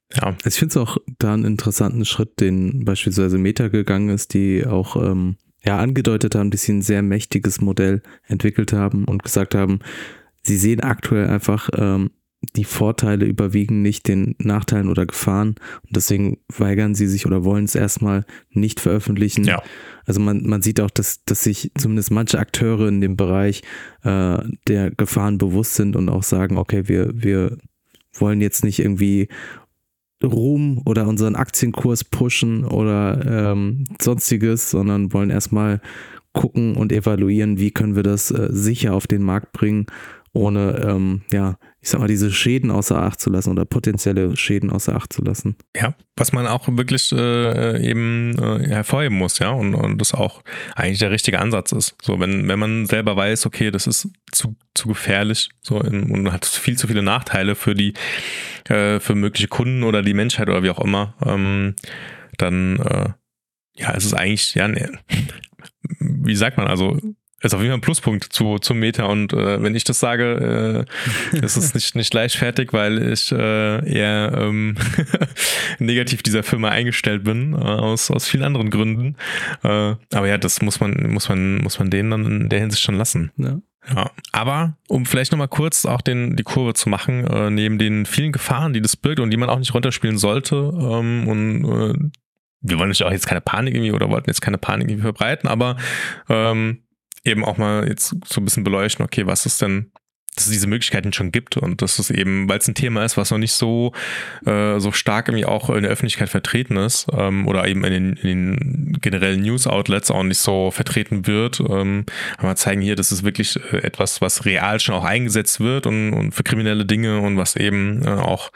Ja. Also ich finde es auch da einen interessanten Schritt, den beispielsweise Meta gegangen ist, die auch angedeutet haben, dass sie ein sehr mächtiges Modell entwickelt haben und gesagt haben, sie sehen aktuell einfach die Vorteile überwiegen nicht den Nachteilen oder Gefahren und deswegen weigern sie sich oder wollen es erstmal nicht veröffentlichen. Ja. Also man sieht auch, dass sich zumindest manche Akteure in dem Bereich der Gefahren bewusst sind und auch sagen, okay, wir wollen jetzt nicht irgendwie Ruhm oder unseren Aktienkurs pushen oder sonstiges, sondern wollen erstmal gucken und evaluieren, wie können wir das sicher auf den Markt bringen, ohne, ich sag mal, diese Schäden außer Acht zu lassen oder potenzielle Schäden außer Acht zu lassen. Ja, was man auch wirklich hervorheben muss, ja, und das auch eigentlich der richtige Ansatz ist. So, wenn man selber weiß, okay, das ist zu gefährlich, so und hat viel zu viele Nachteile für mögliche Kunden oder die Menschheit oder wie auch immer, dann ist es eigentlich, wie sagt man, also ist auf jeden Fall ein Pluspunkt zum Meta und wenn ich das sage, ist es nicht leichtfertig, weil ich eher negativ dieser Firma eingestellt bin, aus vielen anderen Gründen. Aber ja, das muss man denen dann in der Hinsicht schon lassen. Ja. Ja, aber um vielleicht nochmal kurz auch die Kurve zu machen, neben den vielen Gefahren, die das birgt und die man auch nicht runterspielen sollte, wir wollen natürlich auch jetzt keine Panik irgendwie oder wollten jetzt keine Panik irgendwie verbreiten, aber eben auch mal jetzt so ein bisschen beleuchten, okay, was ist denn, dass es diese Möglichkeiten schon gibt und dass es eben, weil es ein Thema ist, was noch nicht so stark irgendwie auch in der Öffentlichkeit vertreten ist oder eben in den generellen News-Outlets auch nicht so vertreten wird, aber zeigen hier, dass es wirklich etwas, was real schon auch eingesetzt wird und für kriminelle Dinge und was eben auch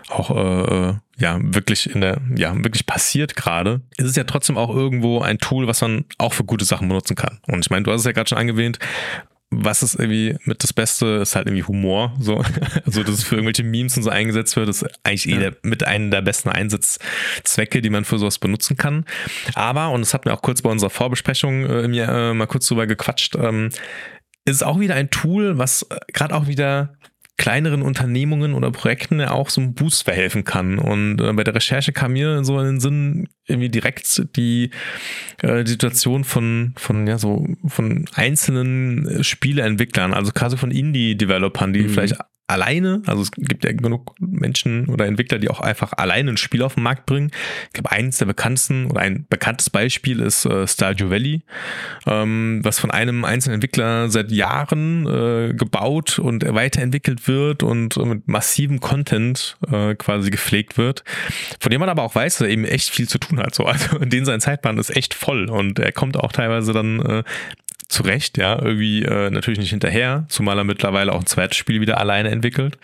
wirklich wirklich passiert gerade, ist es ja trotzdem auch irgendwo ein Tool, was man auch für gute Sachen benutzen kann. Und ich meine, du hast es ja gerade schon angewähnt, was ist irgendwie mit das Beste, ist halt irgendwie Humor, so. Also, dass es für irgendwelche Memes und so eingesetzt wird, ist eigentlich mit einem der besten Einsatzzwecke, die man für sowas benutzen kann. Aber, und das hatten wir auch kurz bei unserer Vorbesprechung mal kurz drüber gequatscht, ist es auch wieder ein Tool, was gerade auch wieder kleineren Unternehmungen oder Projekten ja auch so einen Boost verhelfen kann. Und bei der Recherche kam mir so in den Sinn irgendwie direkt die Situation von einzelnen Spieleentwicklern, also quasi von Indie-Developern, die vielleicht alleine, also es gibt ja genug Menschen oder Entwickler, die auch einfach alleine ein Spiel auf den Markt bringen. Ich glaube, eines der bekanntesten oder ein bekanntes Beispiel ist Stardew Valley, was von einem einzelnen Entwickler seit Jahren gebaut und weiterentwickelt wird und mit massivem Content quasi gepflegt wird, von dem man aber auch weiß, dass er eben echt viel zu tun hat. So. Also in denen sein Zeitplan ist echt voll und er kommt auch teilweise dann zu Recht, ja, irgendwie natürlich nicht hinterher, zumal er mittlerweile auch ein zweites Spiel wieder alleine entwickelt.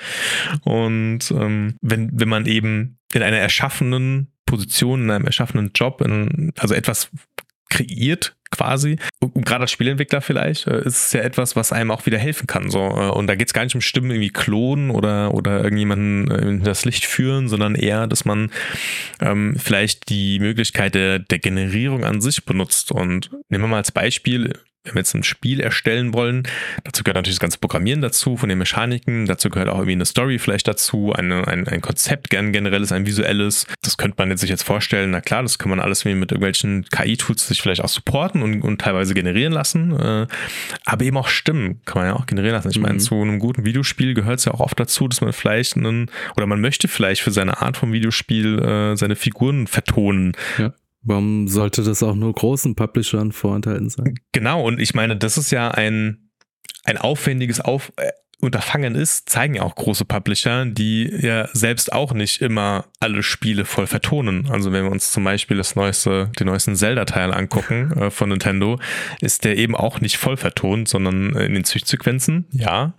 Und wenn man eben in einer erschaffenen Position, in einem erschaffenen Job, also etwas kreiert quasi, und gerade als Spielentwickler vielleicht, ist es ja etwas, was einem auch wieder helfen kann. So. Und da geht es gar nicht um Stimmen irgendwie klonen oder irgendjemanden in das Licht führen, sondern eher, dass man vielleicht die Möglichkeit der Generierung an sich benutzt. Und nehmen wir mal als Beispiel, wenn wir jetzt ein Spiel erstellen wollen, dazu gehört natürlich das ganze Programmieren dazu, von den Mechaniken, dazu gehört auch irgendwie eine Story vielleicht dazu, ein Konzept, gern generelles, ein visuelles. Das könnte man sich jetzt vorstellen, na klar, das kann man alles mit irgendwelchen KI-Tools sich vielleicht auch supporten und teilweise generieren lassen, aber eben auch Stimmen kann man ja auch generieren lassen. Ich meine, zu einem guten Videospiel gehört es ja auch oft dazu, dass man vielleicht man möchte vielleicht für seine Art von Videospiel seine Figuren vertonen. Ja. Warum sollte das auch nur großen Publishern vorenthalten sein? Genau, und ich meine, das ist ja ein aufwendiges Unterfangen ist, zeigen ja auch große Publisher, die ja selbst auch nicht immer alle Spiele voll vertonen. Also wenn wir uns zum Beispiel den neuesten Zelda-Teil angucken von Nintendo, ist der eben auch nicht voll vertont, sondern in den Zwischensequenzen, ja.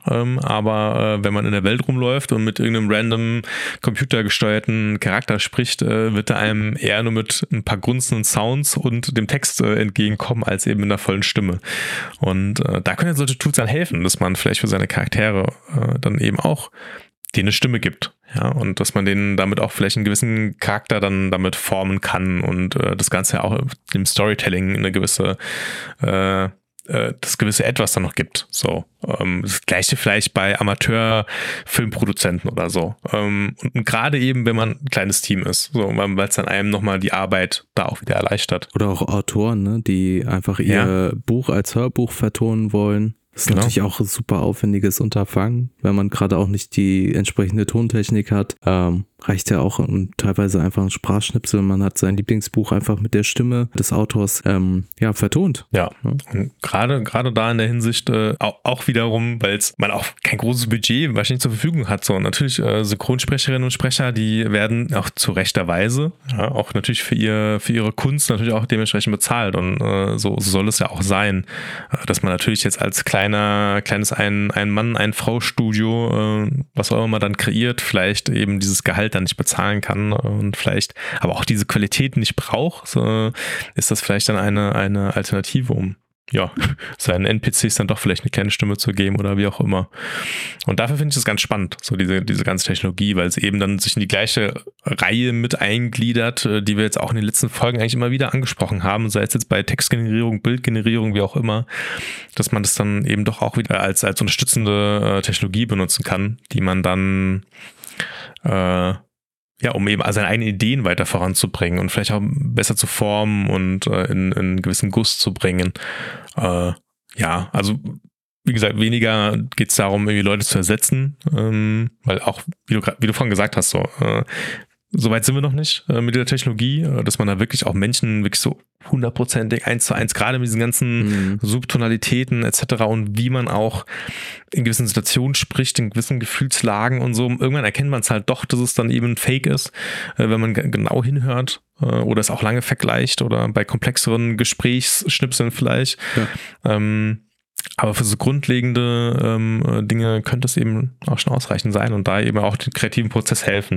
Aber wenn man in der Welt rumläuft und mit irgendeinem random computergesteuerten Charakter spricht, wird er einem eher nur mit ein paar grunzenden Sounds und dem Text entgegenkommen, als eben in der vollen Stimme. Und da können ja solche Tools dann helfen, dass man vielleicht für seine Charaktere dann eben auch denen eine Stimme gibt, ja, und dass man denen damit auch vielleicht einen gewissen Charakter dann damit formen kann und das Ganze auch dem Storytelling eine gewisse das gewisse Etwas dann noch gibt. So, das Gleiche vielleicht bei Amateurfilmproduzenten oder so. Und gerade eben, wenn man ein kleines Team ist, so, weil es dann einem nochmal die Arbeit da auch wieder erleichtert. Oder auch Autoren, ne, die einfach ihr Buch als Hörbuch vertonen wollen. Das ist natürlich auch ein super aufwendiges Unterfangen, wenn man gerade auch nicht die entsprechende Tontechnik hat. Reicht ja auch teilweise einfach ein Sprachschnipsel. Man hat sein Lieblingsbuch einfach mit der Stimme des Autors vertont. Ja, und gerade da in der Hinsicht auch wiederum, weil man auch kein großes Budget wahrscheinlich zur Verfügung hat. So, natürlich Synchronsprecherinnen und Sprecher, die werden auch zu rechter Weise auch natürlich für ihre Kunst natürlich auch dementsprechend bezahlt. Und so soll es ja auch sein, dass man natürlich jetzt als kleines Ein-Mann-, Ein-Frau-Studio, was auch immer dann kreiert, vielleicht eben dieses Gehalt dann nicht bezahlen kann und vielleicht aber auch diese Qualität nicht braucht, so ist das vielleicht dann eine Alternative, um seinen NPCs dann doch vielleicht eine kleine Stimme zu geben oder wie auch immer. Und dafür finde ich das ganz spannend, so diese ganze Technologie, weil es eben dann sich in die gleiche Reihe mit eingliedert, die wir jetzt auch in den letzten Folgen eigentlich immer wieder angesprochen haben, sei es jetzt bei Textgenerierung, Bildgenerierung, wie auch immer, dass man das dann eben doch auch wieder als unterstützende Technologie benutzen kann, die man dann um eben seine eigenen Ideen weiter voranzubringen und vielleicht auch besser zu formen und in einen gewissen Guss zu bringen. Also wie gesagt, weniger geht es darum, irgendwie Leute zu ersetzen, weil auch, wie du vorhin gesagt hast, so weit sind wir noch nicht mit der Technologie, dass man da wirklich auch Menschen wirklich so 100%ig 1:1, gerade mit diesen ganzen Subtonalitäten etc. und wie man auch in gewissen Situationen spricht, in gewissen Gefühlslagen und so. Irgendwann erkennt man es halt doch, dass es dann eben Fake ist, wenn man genau hinhört oder es auch lange vergleicht oder bei komplexeren Gesprächsschnipseln vielleicht. Ja. Aber für so grundlegende Dinge könnte es eben auch schon ausreichend sein und da eben auch den kreativen Prozess helfen.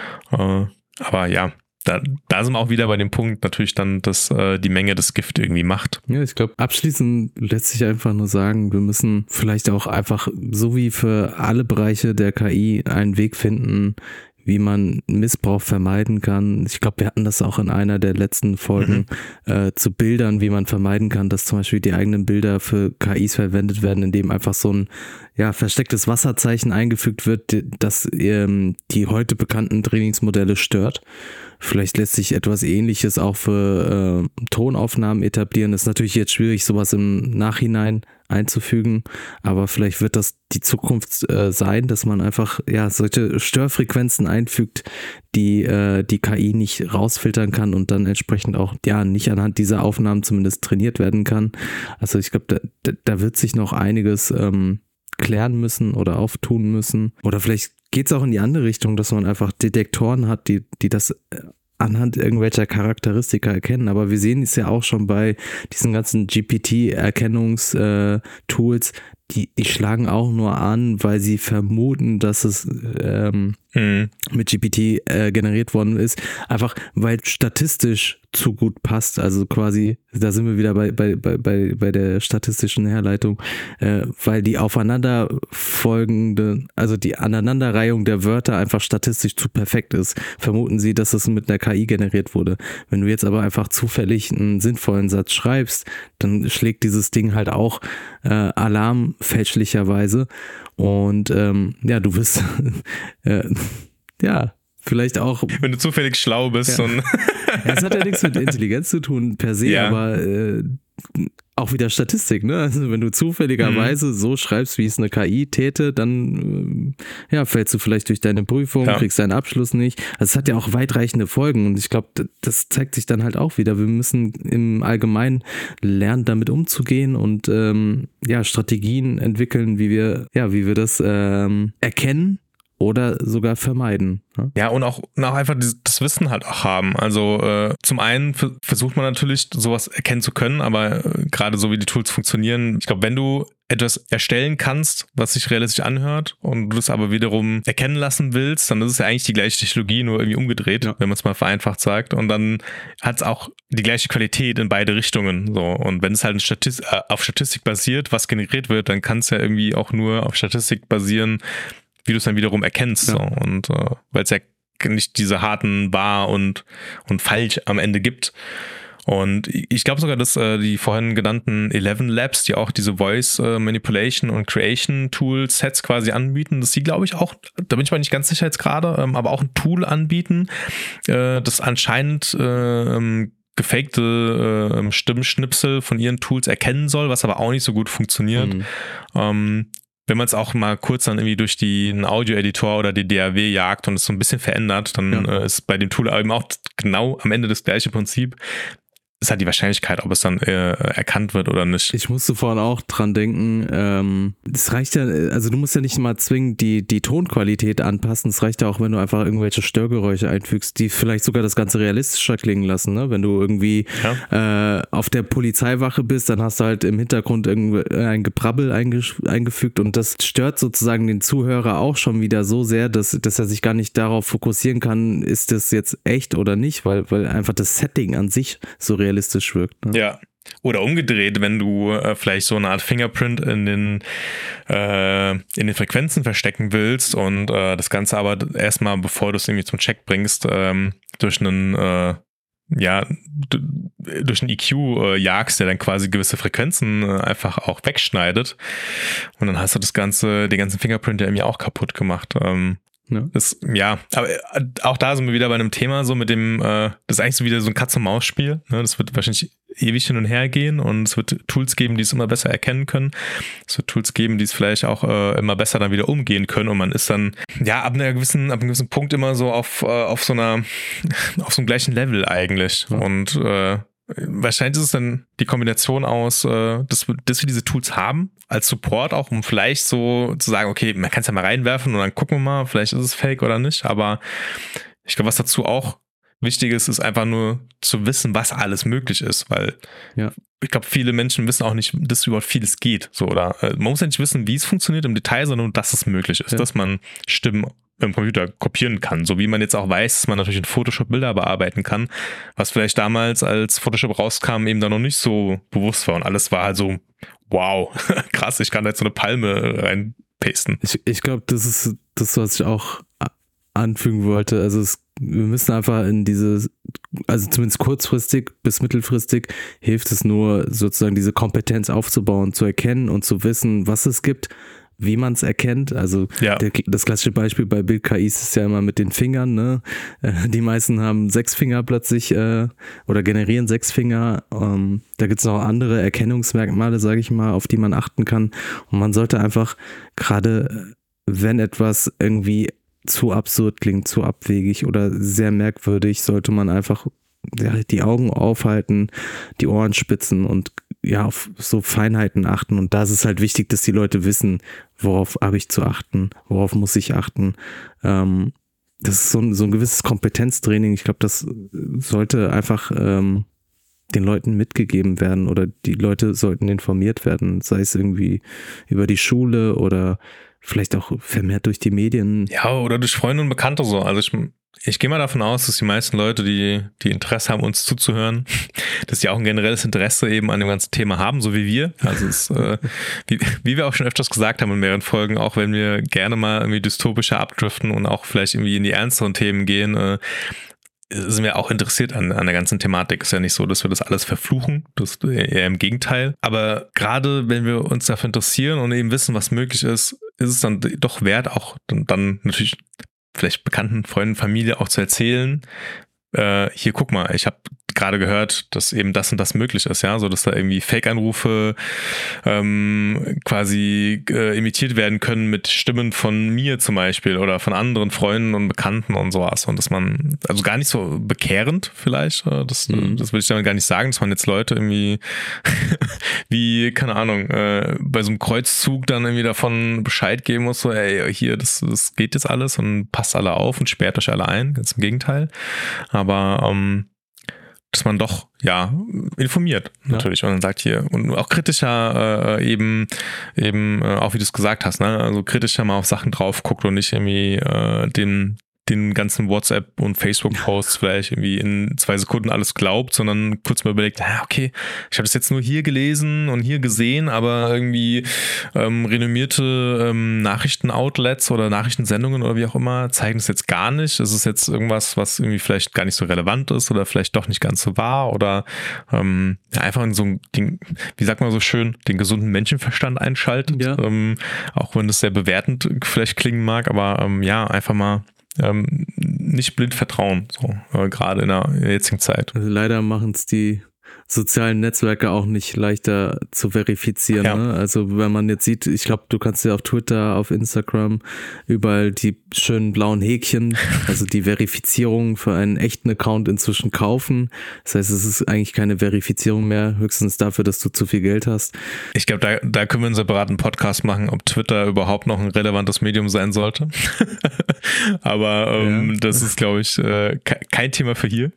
Aber ja, da sind wir auch wieder bei dem Punkt natürlich dann, dass die Menge das Gift irgendwie macht. Ja, ich glaube, abschließend lässt sich einfach nur sagen, wir müssen vielleicht auch einfach, so wie für alle Bereiche der KI, einen Weg finden, wie man Missbrauch vermeiden kann. Ich glaube, wir hatten das auch in einer der letzten Folgen zu Bildern, wie man vermeiden kann, dass zum Beispiel die eigenen Bilder für KIs verwendet werden, indem einfach so ein verstecktes Wasserzeichen eingefügt wird, das die heute bekannten Trainingsmodelle stört. Vielleicht lässt sich etwas Ähnliches auch für Tonaufnahmen etablieren. Das ist natürlich jetzt schwierig, sowas im Nachhinein einzufügen, aber vielleicht wird das die Zukunft sein, dass man einfach solche Störfrequenzen einfügt, die die KI nicht rausfiltern kann und dann entsprechend auch nicht anhand dieser Aufnahmen zumindest trainiert werden kann. Also ich glaube, da wird sich noch einiges klären müssen oder auftun müssen. Oder vielleicht geht es auch in die andere Richtung, dass man einfach Detektoren hat, die das anhand irgendwelcher Charakteristika erkennen. Aber wir sehen es ja auch schon bei diesen ganzen GPT-Erkennungstools, die schlagen auch nur an, weil sie vermuten, dass es mit GPT generiert worden ist. Einfach, weil statistisch zu gut passt. Also quasi, da sind wir wieder bei der statistischen Herleitung, weil die aufeinanderfolgende, also die Aneinanderreihung der Wörter einfach statistisch zu perfekt ist. Vermuten sie, dass es mit einer KI generiert wurde. Wenn du jetzt aber einfach zufällig einen sinnvollen Satz schreibst, dann schlägt dieses Ding halt auch Alarm fälschlicherweise. Und du wirst vielleicht auch... Wenn du zufällig schlau bist. Ja. Das hat ja nichts mit Intelligenz zu tun per se, aber auch wieder Statistik, ne? Also wenn du zufälligerweise so schreibst, wie es eine KI täte, dann fällst du vielleicht durch deine Prüfung, kriegst deinen Abschluss nicht. Also es hat ja auch weitreichende Folgen und ich glaube, das zeigt sich dann halt auch wieder. Wir müssen im Allgemeinen lernen, damit umzugehen und Strategien entwickeln, wie wir das erkennen oder sogar vermeiden. Ne? Ja, und auch einfach das Wissen halt auch haben. Also zum einen versucht man natürlich, sowas erkennen zu können, aber gerade so wie die Tools funktionieren, ich glaube, wenn du etwas erstellen kannst, was sich realistisch anhört und du das aber wiederum erkennen lassen willst, dann ist es ja eigentlich die gleiche Technologie, nur irgendwie umgedreht, wenn man es mal vereinfacht sagt. Und dann hat es auch die gleiche Qualität in beide Richtungen. So. Und wenn es halt auf Statistik basiert, was generiert wird, dann kann es ja irgendwie auch nur auf Statistik basieren, wie du es dann wiederum erkennst. So. Und weil es ja nicht diese harten wahr und falsch am Ende gibt. Und ich glaube sogar, dass die vorhin genannten 11 Labs, die auch diese Voice Manipulation und Creation Tool Sets quasi anbieten, dass die, glaube ich, auch, da bin ich mir nicht ganz sicher jetzt gerade, aber auch ein Tool anbieten, das anscheinend gefakte Stimmschnipsel von ihren Tools erkennen soll, was aber auch nicht so gut funktioniert. Wenn man es auch mal kurz dann irgendwie durch einen Audio-Editor oder die DAW jagt und es so ein bisschen verändert, dann ist bei dem Tool eben auch genau am Ende das gleiche Prinzip. Ist halt die Wahrscheinlichkeit, ob es dann erkannt wird oder nicht. Ich musste vorhin auch dran denken, es reicht ja, also du musst ja nicht mal zwingend die Tonqualität anpassen, es reicht ja auch, wenn du einfach irgendwelche Störgeräusche einfügst, die vielleicht sogar das Ganze realistischer klingen lassen, ne? Wenn du irgendwie auf der Polizeiwache bist, dann hast du halt im Hintergrund ein Gebrabbel eingefügt und das stört sozusagen den Zuhörer auch schon wieder so sehr, dass er sich gar nicht darauf fokussieren kann, ist das jetzt echt oder nicht, weil einfach das Setting an sich so realistisch wirkt. Ne? Ja. Oder umgedreht, wenn du vielleicht so eine Art Fingerprint in den Frequenzen verstecken willst und das Ganze aber erstmal, bevor du es irgendwie zum Check bringst, durch einen EQ jagst, der dann quasi gewisse Frequenzen einfach auch wegschneidet. Und dann hast du den ganzen Fingerprint ja irgendwie auch kaputt gemacht. Aber auch da sind wir wieder bei einem Thema, so mit dem, das ist eigentlich so wieder so ein Katz-und-Maus-Spiel. Ne? Das wird wahrscheinlich ewig hin und her gehen und es wird Tools geben, die es immer besser erkennen können. Es wird Tools geben, die es vielleicht auch immer besser dann wieder umgehen können und man ist dann, ab einem gewissen Punkt immer so auf so einem gleichen Level eigentlich. Ja. Und wahrscheinlich ist es dann die Kombination aus, dass wir diese Tools haben, als Support auch, um vielleicht so zu sagen, okay, man kann es ja mal reinwerfen und dann gucken wir mal, vielleicht ist es fake oder nicht, aber ich glaube, was dazu auch wichtig ist einfach nur zu wissen, was alles möglich ist, weil ich glaube, viele Menschen wissen auch nicht, dass überhaupt vieles geht, so, oder man muss ja nicht wissen, wie es funktioniert im Detail, sondern nur, dass es möglich ist, dass man Stimmen im Computer kopieren kann, so wie man jetzt auch weiß, dass man natürlich in Photoshop Bilder bearbeiten kann, was vielleicht damals, als Photoshop rauskam, eben da noch nicht so bewusst war und alles war halt so, wow, krass, ich kann da jetzt so eine Palme reinpasten. Ich glaube, das ist das, was ich auch anfügen wollte, also wir müssen einfach also zumindest kurzfristig bis mittelfristig hilft es nur, sozusagen diese Kompetenz aufzubauen, zu erkennen und zu wissen, was es gibt, wie man es erkennt. Also das klassische Beispiel bei Bild-KIs ist ja immer mit den Fingern. Ne? Die meisten haben 6 Finger plötzlich oder generieren 6 Finger. Da gibt es noch andere Erkennungsmerkmale, sage ich mal, auf die man achten kann. Und man sollte einfach, gerade wenn etwas irgendwie zu absurd klingt, zu abwegig oder sehr merkwürdig, sollte man einfach die Augen aufhalten, die Ohren spitzen und auf so Feinheiten achten. Und da ist es halt wichtig, dass die Leute wissen, worauf habe ich zu achten, worauf muss ich achten. Das ist so ein gewisses Kompetenztraining. Ich glaube, das sollte einfach den Leuten mitgegeben werden oder die Leute sollten informiert werden, sei es irgendwie über die Schule oder vielleicht auch vermehrt durch die Medien. Ja, oder durch Freunde und Bekannte so. Also ich gehe mal davon aus, dass die meisten Leute, die Interesse haben, uns zuzuhören, dass die auch ein generelles Interesse eben an dem ganzen Thema haben, so wie wir. Also es, wie wir auch schon öfters gesagt haben in mehreren Folgen, auch wenn wir gerne mal irgendwie dystopischer abdriften und auch vielleicht irgendwie in die ernsteren Themen gehen, sind wir auch interessiert an der ganzen Thematik. Ist ja nicht so, dass wir das alles verfluchen, das eher im Gegenteil. Aber gerade wenn wir uns dafür interessieren und eben wissen, was möglich ist es dann doch wert, auch dann natürlich vielleicht bekannten Freunden, Familie auch zu erzählen, hier guck mal, ich habe gerade gehört, dass eben das und das möglich ist, ja, so dass da irgendwie Fake-Anrufe quasi imitiert werden können mit Stimmen von mir zum Beispiel oder von anderen Freunden und Bekannten und sowas und dass man, also gar nicht so bekehrend vielleicht, das will ich damit gar nicht sagen, dass man jetzt Leute irgendwie wie, keine Ahnung, bei so einem Kreuzzug dann irgendwie davon Bescheid geben muss, so ey, hier, das geht jetzt alles und passt alle auf und sperrt euch alle ein, ganz im Gegenteil, aber dass man doch, informiert natürlich und dann sagt hier und auch kritischer eben auch wie du es gesagt hast, ne, also kritischer mal auf Sachen drauf guckt und nicht irgendwie den ganzen WhatsApp- und Facebook-Posts vielleicht irgendwie in 2 Sekunden alles glaubt, sondern kurz mal überlegt, okay, ich habe das jetzt nur hier gelesen und hier gesehen, aber irgendwie renommierte Nachrichten-Outlets oder Nachrichtensendungen oder wie auch immer zeigen es jetzt gar nicht. Es ist jetzt irgendwas, was irgendwie vielleicht gar nicht so relevant ist oder vielleicht doch nicht ganz so wahr oder einfach so ein Ding, wie sagt man so schön, den gesunden Menschenverstand einschaltet. Ja. Auch wenn das sehr bewertend vielleicht klingen mag, aber einfach mal nicht blind vertrauen, so gerade in der jetzigen Zeit. Also leider machen es die sozialen Netzwerke auch nicht leichter zu verifizieren. Ja. Ne? Also wenn man jetzt sieht, ich glaube, du kannst ja auf Twitter, auf Instagram überall die schönen blauen Häkchen, also die Verifizierung für einen echten Account inzwischen kaufen. Das heißt, es ist eigentlich keine Verifizierung mehr, höchstens dafür, dass du zu viel Geld hast. Ich glaube, da können wir einen separaten Podcast machen, ob Twitter überhaupt noch ein relevantes Medium sein sollte. Aber das ist, glaube ich, kein Thema für hier.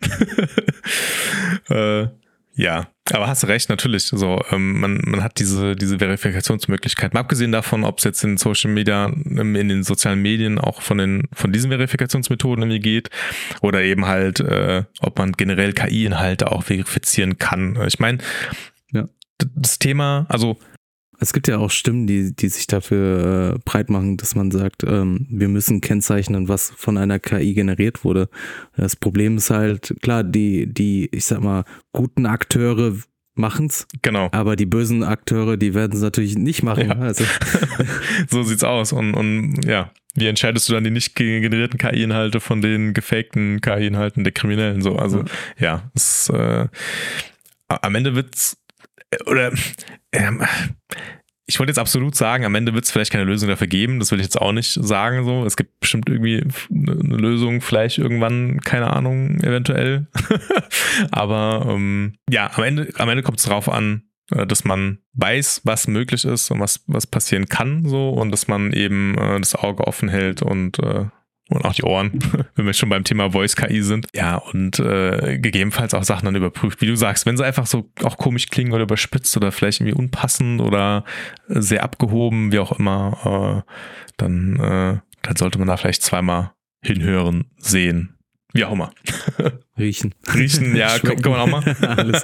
Ja, aber hast recht, natürlich. So, man hat diese Verifikationsmöglichkeit. Mal abgesehen davon, ob es jetzt in Social Media, in den sozialen Medien auch von diesen Verifikationsmethoden irgendwie geht oder eben halt, ob man generell KI-Inhalte auch verifizieren kann. Ich meine, das Thema, also es gibt ja auch Stimmen, die sich dafür breit machen, dass man sagt, wir müssen kennzeichnen, was von einer KI generiert wurde. Das Problem ist halt, klar, die ich sag mal, guten Akteure machen's. Genau. Aber die bösen Akteure, die werden es natürlich nicht machen. Ja. Also. So sieht's aus. Und ja, wie entscheidest du dann die nicht generierten KI-Inhalte von den gefakten KI-Inhalten der Kriminellen? So, also es, am Ende wird's oder ich wollte jetzt absolut sagen, am Ende wird es vielleicht keine Lösung dafür geben, das will ich jetzt auch nicht sagen, so. Es gibt bestimmt irgendwie eine Lösung, vielleicht irgendwann, keine Ahnung, eventuell. Aber am Ende kommt es darauf an, dass man weiß, was möglich ist und was passieren kann, so, und dass man eben das Auge offen hält und auch die Ohren, wenn wir schon beim Thema Voice-KI sind. Ja, und gegebenenfalls auch Sachen dann überprüft. Wie du sagst, wenn sie einfach so auch komisch klingen oder überspitzt oder vielleicht irgendwie unpassend oder sehr abgehoben, wie auch immer, dann sollte man da vielleicht zweimal hinhören, sehen. Wie auch immer. Riechen, ja, kann man auch mal. Alles.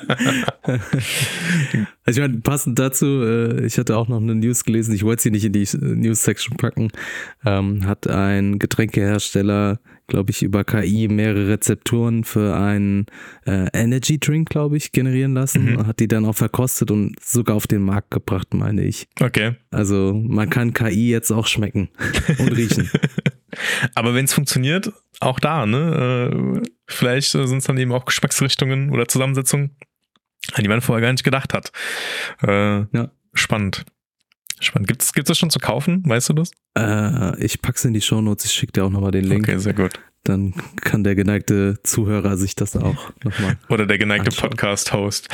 Also ich meine, passend dazu, ich hatte auch noch eine News gelesen, ich wollte sie nicht in die News-Section packen, hat ein Getränkehersteller, glaube ich, über KI mehrere Rezepturen für einen Energy-Drink, glaube ich, generieren lassen, hat die dann auch verkostet und sogar auf den Markt gebracht, meine ich. Okay. Also man kann KI jetzt auch schmecken und riechen. Aber wenn es funktioniert, auch da, ne? Vielleicht sind es dann eben auch Geschmacksrichtungen oder Zusammensetzungen, an die man vorher gar nicht gedacht hat. Spannend. Gibt's das schon zu kaufen? Weißt du das? Ich pack's in die Shownotes, ich schicke dir auch nochmal den Link. Okay, sehr gut. Dann kann der geneigte Zuhörer sich das auch nochmal oder der geneigte Podcast-Host.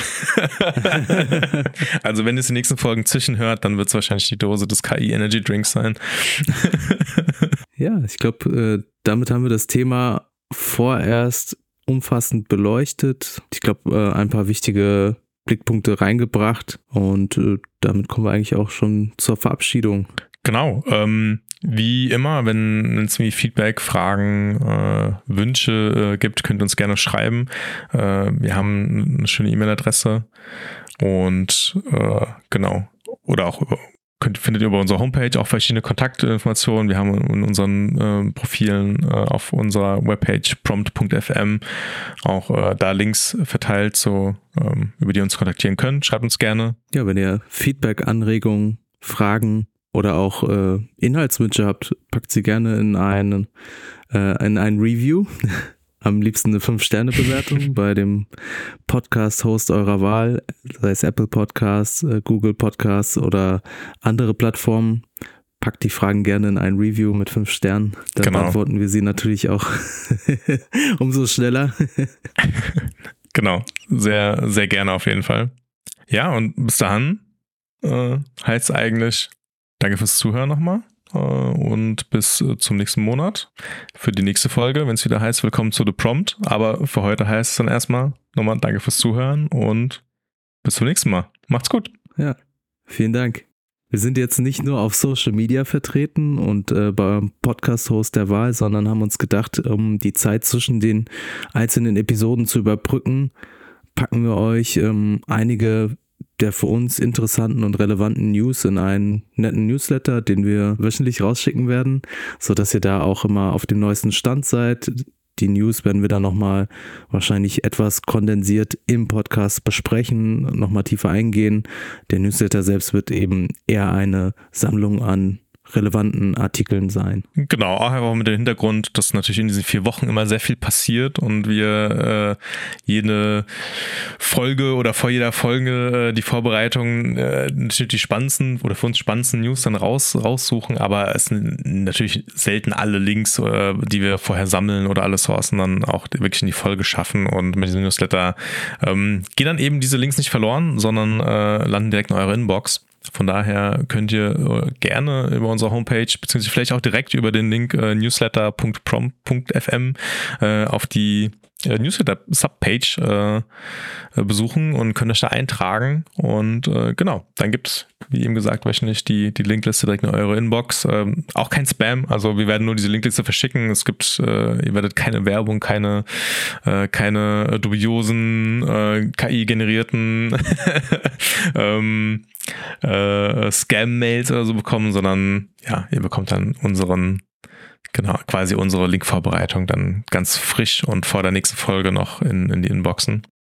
Also wenn ihr es in den nächsten Folgen zwischenhört, dann wird es wahrscheinlich die Dose des KI-Energy-Drinks sein. Ja, ich glaube, damit haben wir das Thema vorerst umfassend beleuchtet. Ich glaube, ein paar wichtige Blickpunkte reingebracht und damit kommen wir eigentlich auch schon zur Verabschiedung. Genau. Wie immer, wenn es irgendwie Feedback, Fragen, Wünsche gibt, könnt ihr uns gerne schreiben. Wir haben eine schöne E-Mail-Adresse und genau. Oder auch findet ihr über unsere Homepage auch verschiedene Kontaktinformationen. Wir haben in unseren Profilen auf unserer Webpage prompt.fm auch da Links verteilt, so über die ihr uns kontaktieren könnt. Schreibt uns gerne. Ja, wenn ihr Feedback, Anregungen, Fragen oder auch Inhaltswünsche habt, packt sie gerne in ein Review. Am liebsten eine 5-Sterne-Bewertung bei dem Podcast-Host eurer Wahl, sei es Apple Podcasts, Google Podcasts oder andere Plattformen. Packt die Fragen gerne in ein Review mit 5 Sternen. Dann beantworten wir sie natürlich auch umso schneller. Genau, sehr, sehr gerne auf jeden Fall. Ja, und bis dahin heißt es eigentlich danke fürs Zuhören nochmal. Und bis zum nächsten Monat für die nächste Folge, wenn es wieder heißt, willkommen zu The Prompt. Aber für heute heißt es dann erstmal nochmal danke fürs Zuhören und bis zum nächsten Mal. Macht's gut. Ja, vielen Dank. Wir sind jetzt nicht nur auf Social Media vertreten und beim Podcast-Host der Wahl, sondern haben uns gedacht, um die Zeit zwischen den einzelnen Episoden zu überbrücken, packen wir euch einige der für uns interessanten und relevanten News in einen netten Newsletter, den wir wöchentlich rausschicken werden, sodass ihr da auch immer auf dem neuesten Stand seid. Die News werden wir dann nochmal wahrscheinlich etwas kondensiert im Podcast besprechen, nochmal tiefer eingehen. Der Newsletter selbst wird eben eher eine Sammlung an relevanten Artikeln sein. Genau, auch einfach mit dem Hintergrund, dass natürlich in diesen 4 Wochen immer sehr viel passiert und wir jede Folge oder vor jeder Folge die Vorbereitung natürlich die spannendsten oder für uns spannendsten News dann raussuchen, aber es sind natürlich selten alle Links, die wir vorher sammeln oder alle Sourcen dann auch wirklich in die Folge schaffen, und mit diesem Newsletter gehen dann eben diese Links nicht verloren, sondern landen direkt in eurer Inbox. Von daher könnt ihr gerne über unsere Homepage, beziehungsweise vielleicht auch direkt über den Link newsletter.prom.fm auf die Newsletter-Subpage besuchen und könnt euch da eintragen. Und genau, dann gibt's, wie eben gesagt, wöchentlich die Linkliste direkt in eure Inbox. Auch kein Spam, also wir werden nur diese Linkliste verschicken. Es gibt, ihr werdet keine Werbung, keine dubiosen, KI-generierten Scam-Mails oder so bekommen, sondern ja, ihr bekommt dann quasi unsere Linkvorbereitung dann ganz frisch und vor der nächsten Folge noch in die Inboxen.